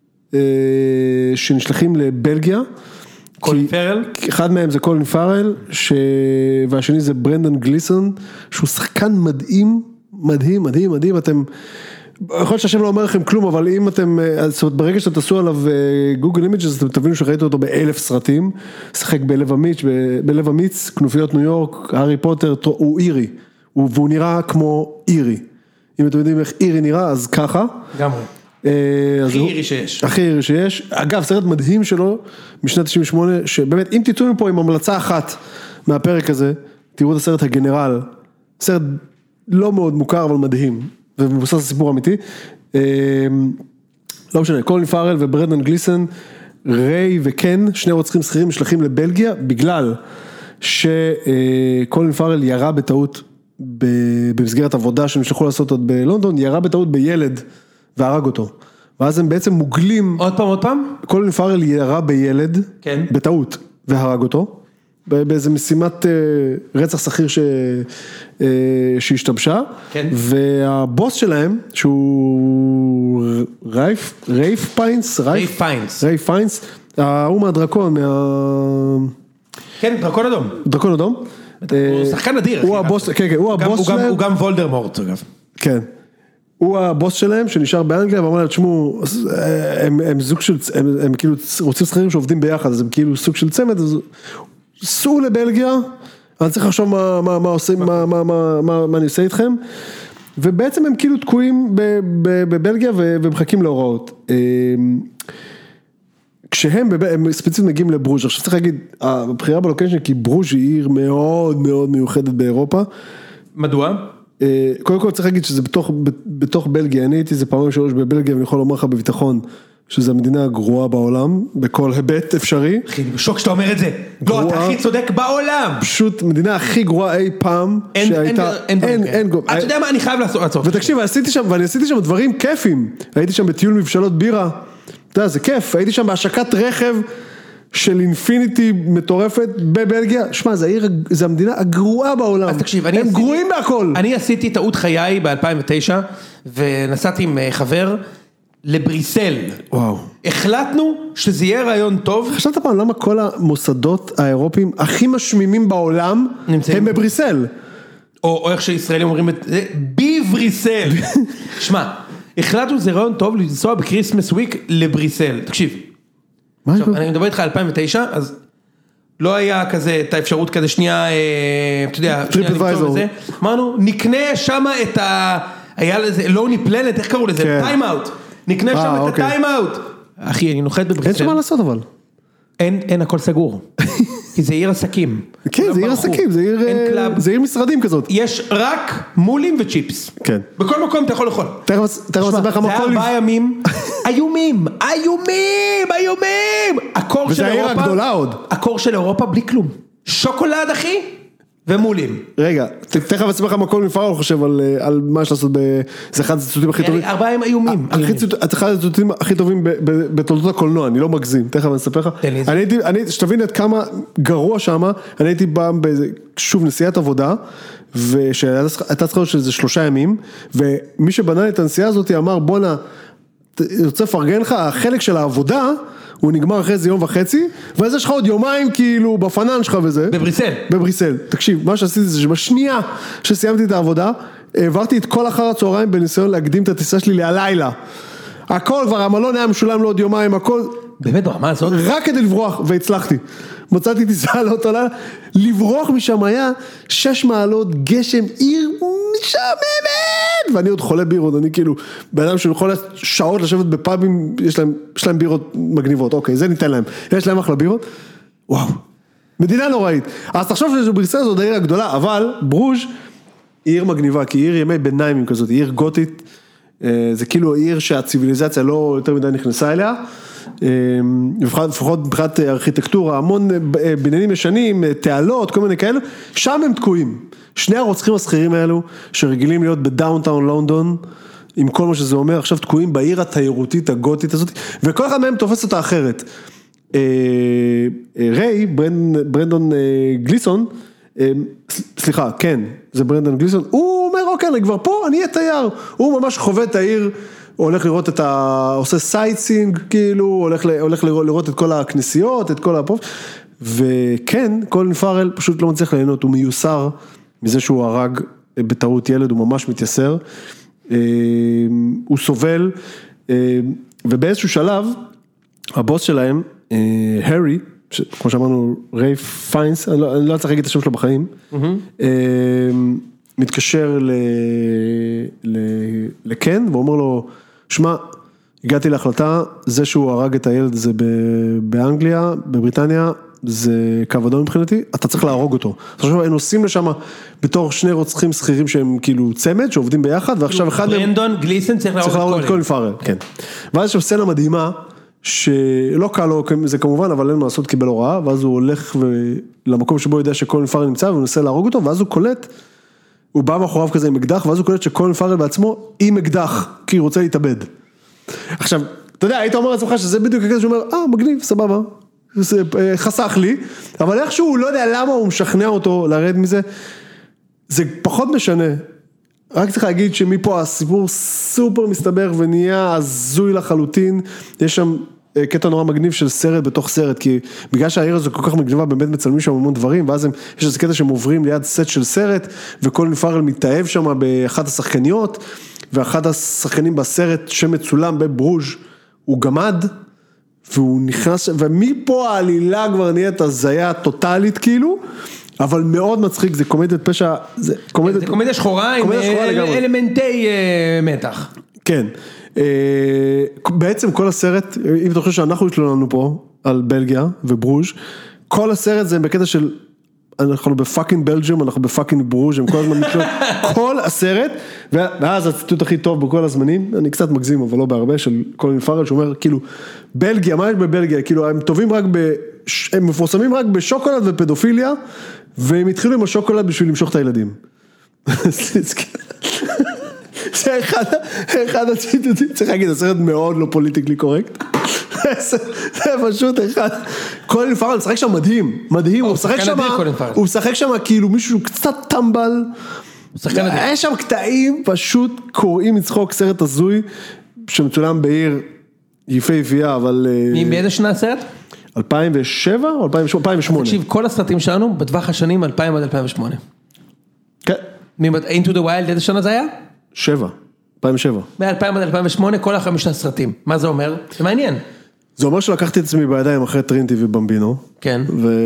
שנשלחים לבלגיה. קולין פארל? אחד מהם זה קולין פארל, והשני זה ברנדן גליסון, שהוא שחקן מדהים, מדהים, מדהים, מדהים, אתם, יכול להיות שהשם לא אומר לכם כלום, אבל אם אתם, זאת אומרת, ברגע שאתם תעשו עליו גוגל אימג'ס, אתם תבינו שראיתם אותו באלף סרטים, שחק בלב אמיץ, בלב אמיץ, כנופיות ניו יורק, הארי פוטר, הוא אירי, והוא נראה כמו אירי. אם אתם יודעים איך אירי נראה, אז ככה. גמרי. הכי אירי שיש. הכי אירי שיש. אגב, סרט מדהים שלו, משנת תשעים ושמונה, שבאמת, אם תצאו מפה עם המלצה אחת מהפרק הזה, תראו את הסרט הגנרל, סרט לא מאוד מוכר, אבל מדהים, ומבוסס הסיפור אמיתי. לא משנה, קולין פארל וברנדן גליסון, ריי וקן, שני רוצחים שכירים נשלחים לבלגיה, בגלל שקולין פארל ירה בטעות, במסגרת עבודה שהם נשלחו לעשות עוד בלונדון, ירה בטעות בילד והרג אותו. ואז הם בעצם מוגלים... עוד פעם, עוד פעם? קולין פארל ירה בילד, כן. בטעות, והרג אותו. באיזה משימת רצח שכיר ש... שהשתבשה, כן. והבוס שלהם, שהוא רייף, רייף פיינס, רייף פיינס, רייף פיינס, הוא מהדרקון, מה... כן, דרקון אדום. דרקון אדום. הוא שחקן אדיר. הוא הבוס, כן, כן, הוא הבוס שלהם. הוא גם וולדמורט, אגב. כן. הוא הבוס שלהם שנשאר באנגליה, ואמר להם, תשמעו, הם, הם זוג של, הם, הם כאילו רוצים שכירים שעובדים ביחד, אז הם כאילו סוג של צמד, אז סעו לבלגיה, אני צריך לחשוב מה, מה, מה עושים, מה, מה, מה, מה, מה אני עושה איתכם, ובעצם הם כאילו תקועים בבלגיה ומחכים להוראות. כשהם הם ספציפית מגיעים לברוז', עכשיו צריך להגיד, הבחירה בלוקיישן, כי ברוז' היא עיר מאוד מאוד מיוחדת באירופה. מדוע? קודם כל צריך להגיד שזה בתוך, בתוך בלגיה, אני הייתי זה פעמים שלוש בבלגיה, ואני יכול לומר לך בביטחון, שזו המדינה הגרועה בעולם, בכל היבט אפשרי. אחי, אני בשוק שאתה אומר את זה. לא, אתה הכי צודק בעולם. פשוט מדינה הכי גרועה אי פעם, שהייתה, אין, אין, אין, אתה יודע מה, אני חייב לעשות. ותקשיב, ועשיתי שם, ואני עשיתי שם דברים כיפים, הייתי שם בטיול מבשלות בירה, אתה יודע, זה כיף, הייתי שם בהשקת רכב, של אינפיניטי מטורפת בבלגיה, שמה, זה העיר, זה המדינה הגרועה בעולם. אז תקשיב, הם עשיתי, גרועים בהכל. אני עשיתי טעות חיי ב-אלפיים ותשע, ונסעתי עם חבר לבריסל. וואו. החלטנו שזה יהיה רעיון טוב. חשבת פעם למה כל המוסדות האירופיים הכי משמימים בעולם, נמצאים. הם בבריסל. או, או איך שישראלים אומרים את זה, בבריסל. שמע, החלטנו שזה רעיון טוב לנסוע בקריסמס וויק לבריסל. תקשיב. עכשיו, אני מדבר איתך על אלפיים ותשע, אז לא היה כזה, את האפשרות כזה שנייה, אתה יודע, שנייה למצוא בזה. אמרנו, נקנה שם את ה... היה לזה, לוני פלנט, איך קראו לזה? טיים אאוט. נקנה שם את הטיים אאוט. אחי, אני נוחת בבריסל. אין שם מה לעשות אבל. אין, אין, הכל סגור. כי זה עיר עסקים. כן, זה עיר עסקים, זה עיר משרדים כזאת. יש רק מולים וצ'יפס. כן. בכל מקום אתה יכול לאכול. תכף אספר לך מה כל... זה ארבעה ימים, איומים, איומים, איומים. הקור של אירופה... וזה העיר הגדולה עוד. הקור של אירופה בלי כלום. שוקולד, אחי, ומולים. רגע, תכף אספר לך מה כל מפארל חושב על מה יש לעשות, זה אחד הציטוטים הכי טובים. ארבעה ימים איומים. אחד הציטוטים הכי טובים בתולדות הקולנוע, אני לא מגזים, תכף אני אספר לך. שתבין את כמה גרוע שם, אני הייתי בא שוב נסיעת עבודה, ושהייתה צריכה להיות שזה שלושה ימים, ומי שבנה את הנסיעה הזאת אמר, בוא נע, אני רוצה לפרגן לך, החלק של העבודה, הוא נגמר אחרי זה יום וחצי, ואז יש לך עוד יומיים כאילו בפנן שלך וזה. בבריסל. בבריסל. תקשיב, מה שעשיתי זה שבשנייה שסיימתי את העבודה, העברתי את כל אחר הצהריים בניסיון להקדים את הטיסה שלי להלילה. הכל כבר, המלון היה משולם לעוד יומיים, הכל... באמת ברמה הזאת? רק כדי לברוח, והצלחתי. מצאתי טיסה לאותו לילה, לברוח משם היה שש מעלות גשם, עיר משעממת, ואני עוד חולה בירות, אני כאילו, באדם שיכול שעות לשבת בפאבים, יש להם, יש להם בירות מגניבות, אוקיי, זה ניתן להם, יש להם אחלה בירות, וואו, מדינה נוראית, אז תחשוב שבריסל זו העיר הגדולה, אבל ברוז' היא עיר מגניבה, כי היא עיר ימי ביניים כזאת, היא עיר גותית, זה כאילו עיר שהציביליזציה לא יותר מדי נכנסה אליה, לפחות מבחינת ארכיטקטורה, המון בניינים ישנים, תעלות, כל מיני כאלה, שם הם תקועים. שני הרוצחים השכירים האלו, שרגילים להיות בדאונטאון לונדון, עם כל מה שזה אומר, עכשיו תקועים בעיר התיירותית הגותית הזאת, וכל אחד מהם תופס אותה אחרת. ריי, ברנדון גליסון, סליחה, כן, זה ברנדון גליסון, הוא אומר, אוקיי, אני כבר פה, אני אהיה תייר, הוא ממש חווה את העיר, הוא הולך לראות את ה... עושה סייטסינג, כאילו, הולך, הולך לראות את כל הכנסיות, את כל הפוף, וכן, קולין פארל פשוט לא מצליח ליהנות, הוא מיוסר מזה שהוא הרג בטעות ילד, הוא ממש מתייסר, הוא סובל, ובאיזשהו שלב, הבוס שלהם, הרי, כמו שאמרנו, ריי פיינס, אני לא, אני לא צריך להגיד את השם שלו בחיים, mm-hmm. מתקשר ל... ל... לקן, ואומר לו, שמע, הגעתי להחלטה, זה שהוא הרג את הילד הזה באנגליה, בבריטניה, זה קו אדום מבחינתי, אתה צריך להרוג אותו. עכשיו הם נוסעים לשם בתור שני רוצחים שכירים שהם כאילו צמד, שעובדים ביחד, ועכשיו אחד מהם... ברנדון גליסן צריך להרוג את קולין פארל, כן. ואז יש שם סצנה מדהימה, שלא קל לו זה כמובן, אבל אין מה לעשות, קיבל הוראה, ואז הוא הולך למקום שבו הוא יודע שקולין פארל נמצא, והוא מנסה להרוג אותו, ואז הוא קולט, הוא בא מאחוריו כזה עם אקדח, ואז הוא קולט שקולין פארל בעצמו עם אקדח, כי הוא רוצה להתאבד. עכשיו, אתה יודע, היית אומר לעצמך שזה בדיוק הכזה שאומר, אה, מגניב, סבבה, זה חסך לי, אבל איכשהו הוא לא יודע למה הוא משכנע אותו לרד מזה, זה פחות משנה, רק צריך להגיד שמפה הסיפור סופר מסתבר ונהיה הזוי לחלוטין, יש שם קטע נורא מגניב של סרט בתוך סרט, כי בגלל שהעיר הזו כל כך מגניבה, באמת מצלמים שם המון דברים, ואז הם, יש איזה קטע שהם עוברים ליד סט של סרט, וקולין פארל מתאהב שם באחת השחקניות, ואחד השחקנים בסרט שמצולם בברוז' הוא גמד, והוא נכנס, ומפה העלילה כבר נהיית הזיה טוטלית כאילו, אבל מאוד מצחיק, זה קומדיית פשע, זה קומדיה, זה קומדיה שחורה עם אלמנטי מתח. כן, בעצם כל הסרט, אם אתה חושב שאנחנו התלוננו פה על בלגיה וברוז', כל הסרט זה בקטע של, אנחנו בפאקינג בלג'יום, אנחנו בפאקינג ברוז', הם כל הזמן מתלונן, כל הסרט, ואז הציטוט הכי טוב בכל הזמנים, אני קצת מגזים, אבל לא בהרבה, של קולין פארל, שאומר, כאילו, בלגיה, מה יש בבלגיה? כאילו, הם טובים רק ב... הם מפורסמים רק בשוקולד ופדופיליה, והם התחילו עם השוקולד בשביל למשוך את הילדים. זה אחד הציטוטים, צריך להגיד, הסרט מאוד לא פוליטיקלי קורקט. זה פשוט אחד. קולין פארל משחק שם מדהים, מדהים, הוא משחק שם, הוא משחק שם כאילו מישהו קצת טמבל, יש שם קטעים פשוט קוראים מצחוק, סרט הזוי, שמצולם בעיר יפהפייה, אבל... באיזה שנה הסרט? אלפיים ושבע או אלפיים ושמונה? תקשיב, כל הסרטים שלנו בטווח השנים אלפיים עד אלפיים ושמונה. כן. Into the Wild, איזה שנה זה היה? שבע, אלפיים ושבע. מ-אלפיים עד אלפיים ושמונה, כל החמישה סרטים. מה זה אומר? זה מעניין. זה אומר שלקחתי את עצמי בידיים אחרי טרינטי ובמבינו. כן.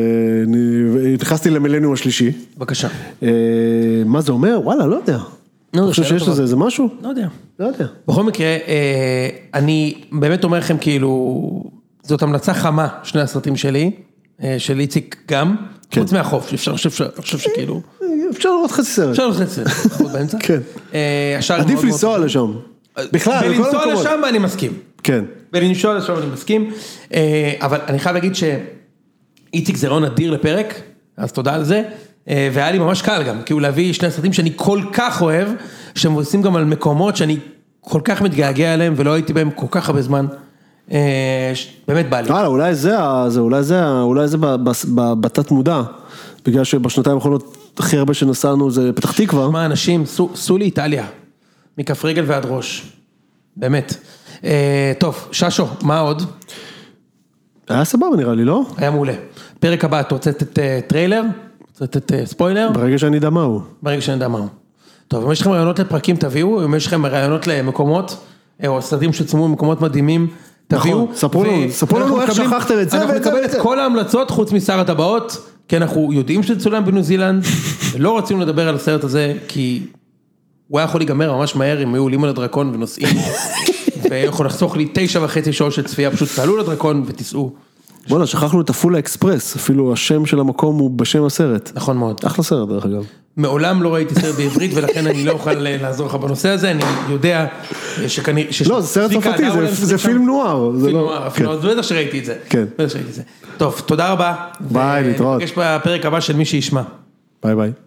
ונכנסתי למילניום השלישי. בבקשה. מה זה אומר? וואלה, לא יודע. אתה חושב שיש לזה איזה משהו? לא יודע. לא יודע. בכל מקרה, אני באמת אומר לכם כאילו, זאת המלצה חמה, שני הסרטים שלי, של איציק גם, חוץ מהחוף, אפשר, חושב שכאילו... אפשר לראות חצי סרט. אפשר לראות חצי סרט, חוץ באמצע. כן. עדיף לנסוע לשם. בכלל, בכל המקומות. ולנסוע לשם אני מסכים. כן. ולנסוע לשם אני מסכים, אבל אני חייב להגיד שאיציק זה לא נדיר לפרק, אז תודה על זה, והיה לי ממש קל גם, כאילו להביא שני סרטים שאני כל כך אוהב, שהם עושים גם על מקומות שאני כל כך מתגעגע עליהם, ולא הייתי בהם כל כך הרבה זמן, באמת בא לי. אולי זה, אולי זה, אולי זה בתת מודע, בגלל שבשנתיים האחרונות הכי הרבה שנסענו זה פתח תקווה. מה אנשים, סעו לי איטליה, מכף רגל ועד ראש, באמת. טוב, ששו, מה עוד? היה סבבה נראה לי, לא? היה מעולה. פרק הבא, אתה רוצה לתת טריילר? רוצה לתת ספוילר? ברגע שאני יודע מה הוא. ברגע שאני יודע מה הוא. טוב, אם יש לכם רעיונות לפרקים, תביאו, אם יש לכם רעיונות למקומות, או סרטים שצמו במקומות מדהימים, תביאו. ספרו לנו, ספרו לנו איך שכחתם את זה. אנחנו נקבל את כל ההמלצות, חוץ משר הטבעות, כי אנחנו יודעים שזה צולם בניו זילנד, ולא רצינו לדבר על הסרט הזה, כי הוא היה יכול להיגמר ממש מהר, אם היו עולים על הדרקון ונוסעים, ויכול לחסוך לי תשע וחצי שעות של צפייה, פשוט תעלו לדרקון ותיסעו. בוא'נה, שכחנו את הפולה אקספרס, אפילו השם של המקום הוא בשם הסרט. נכון מאוד. אחלה סרט דרך אגב. מעולם לא ראיתי סרט בעברית, ולכן אני לא אוכל לעזור לך בנושא הזה, אני יודע שכנראה... לא, זה סרט צרפתי, זה פילם נוער. פילם נוער, אפילו, בטח שראיתי את זה. כן. בטח שראיתי את זה. טוב, תודה רבה. ביי, להתראות. ונפגש בפרק הבא של מי שישמע. ביי ביי.